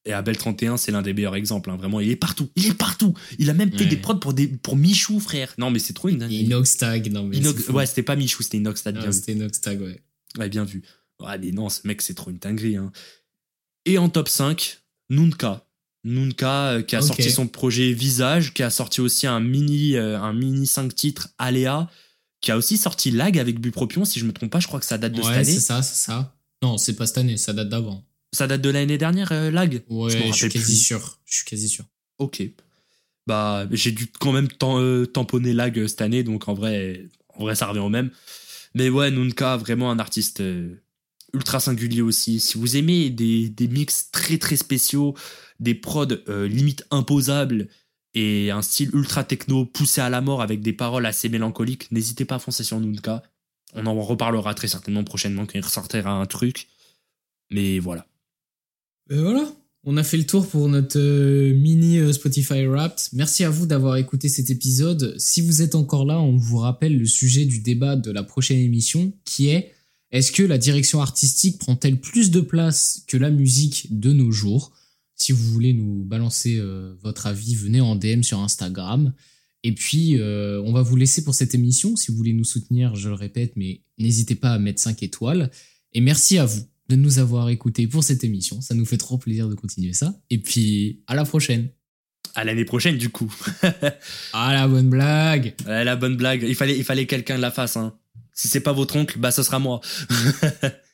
Et Abel 31, c'est l'un des meilleurs exemples. Hein. Vraiment, il est partout. Il est partout. Il a même fait des prods pour Michou, frère. Non, mais c'est trop une dinguerie. Inoxtag, non mais. Ouais, c'était pas Michou, c'était Inoxtag. Ah, c'était Inoxtag, ouais. Ouais, bien vu. Ouais, mais non, ce mec, c'est trop une dinguerie. Hein. Et en top 5, Nunca. Nunca qui a sorti son projet Visage, qui a sorti aussi un mini 5 titres Aléa, qui a aussi sorti Lag avec Bupropion, si je me trompe pas, je crois que ça date de cette année. Ouais, c'est ça. Non, c'est pas cette année, ça date d'avant. Ça date de l'année dernière, Lag? Ouais, je suis quasi sûr. Ok. Bah, j'ai dû quand même tamponner Lag cette année, donc en vrai, ça revient au même. Mais ouais, Nunca, vraiment un artiste ultra singulier aussi. Si vous aimez des mix très très spéciaux, des prods limite imposables et un style ultra techno poussé à la mort avec des paroles assez mélancoliques, n'hésitez pas à foncer sur Nunca. On en reparlera très certainement prochainement quand il ressortira un truc. Mais voilà. Voilà, on a fait le tour pour notre mini Spotify Wrapped. Merci à vous d'avoir écouté cet épisode. Si vous êtes encore là, on vous rappelle le sujet du débat de la prochaine émission qui est: est-ce que la direction artistique prend-elle plus de place que la musique de nos jours? Si vous voulez nous balancer votre avis, venez en DM sur Instagram. Et puis, on va vous laisser pour cette émission. Si vous voulez nous soutenir, je le répète, mais n'hésitez pas à mettre 5 étoiles. Et merci à vous de nous avoir écoutés pour cette émission. Ça nous fait trop plaisir de continuer ça. Et puis, à la prochaine. À l'année prochaine, du coup. Ah, la bonne blague. Ouais, la bonne blague. Il fallait quelqu'un de la face, hein. Si c'est pas votre oncle, bah, ce sera moi.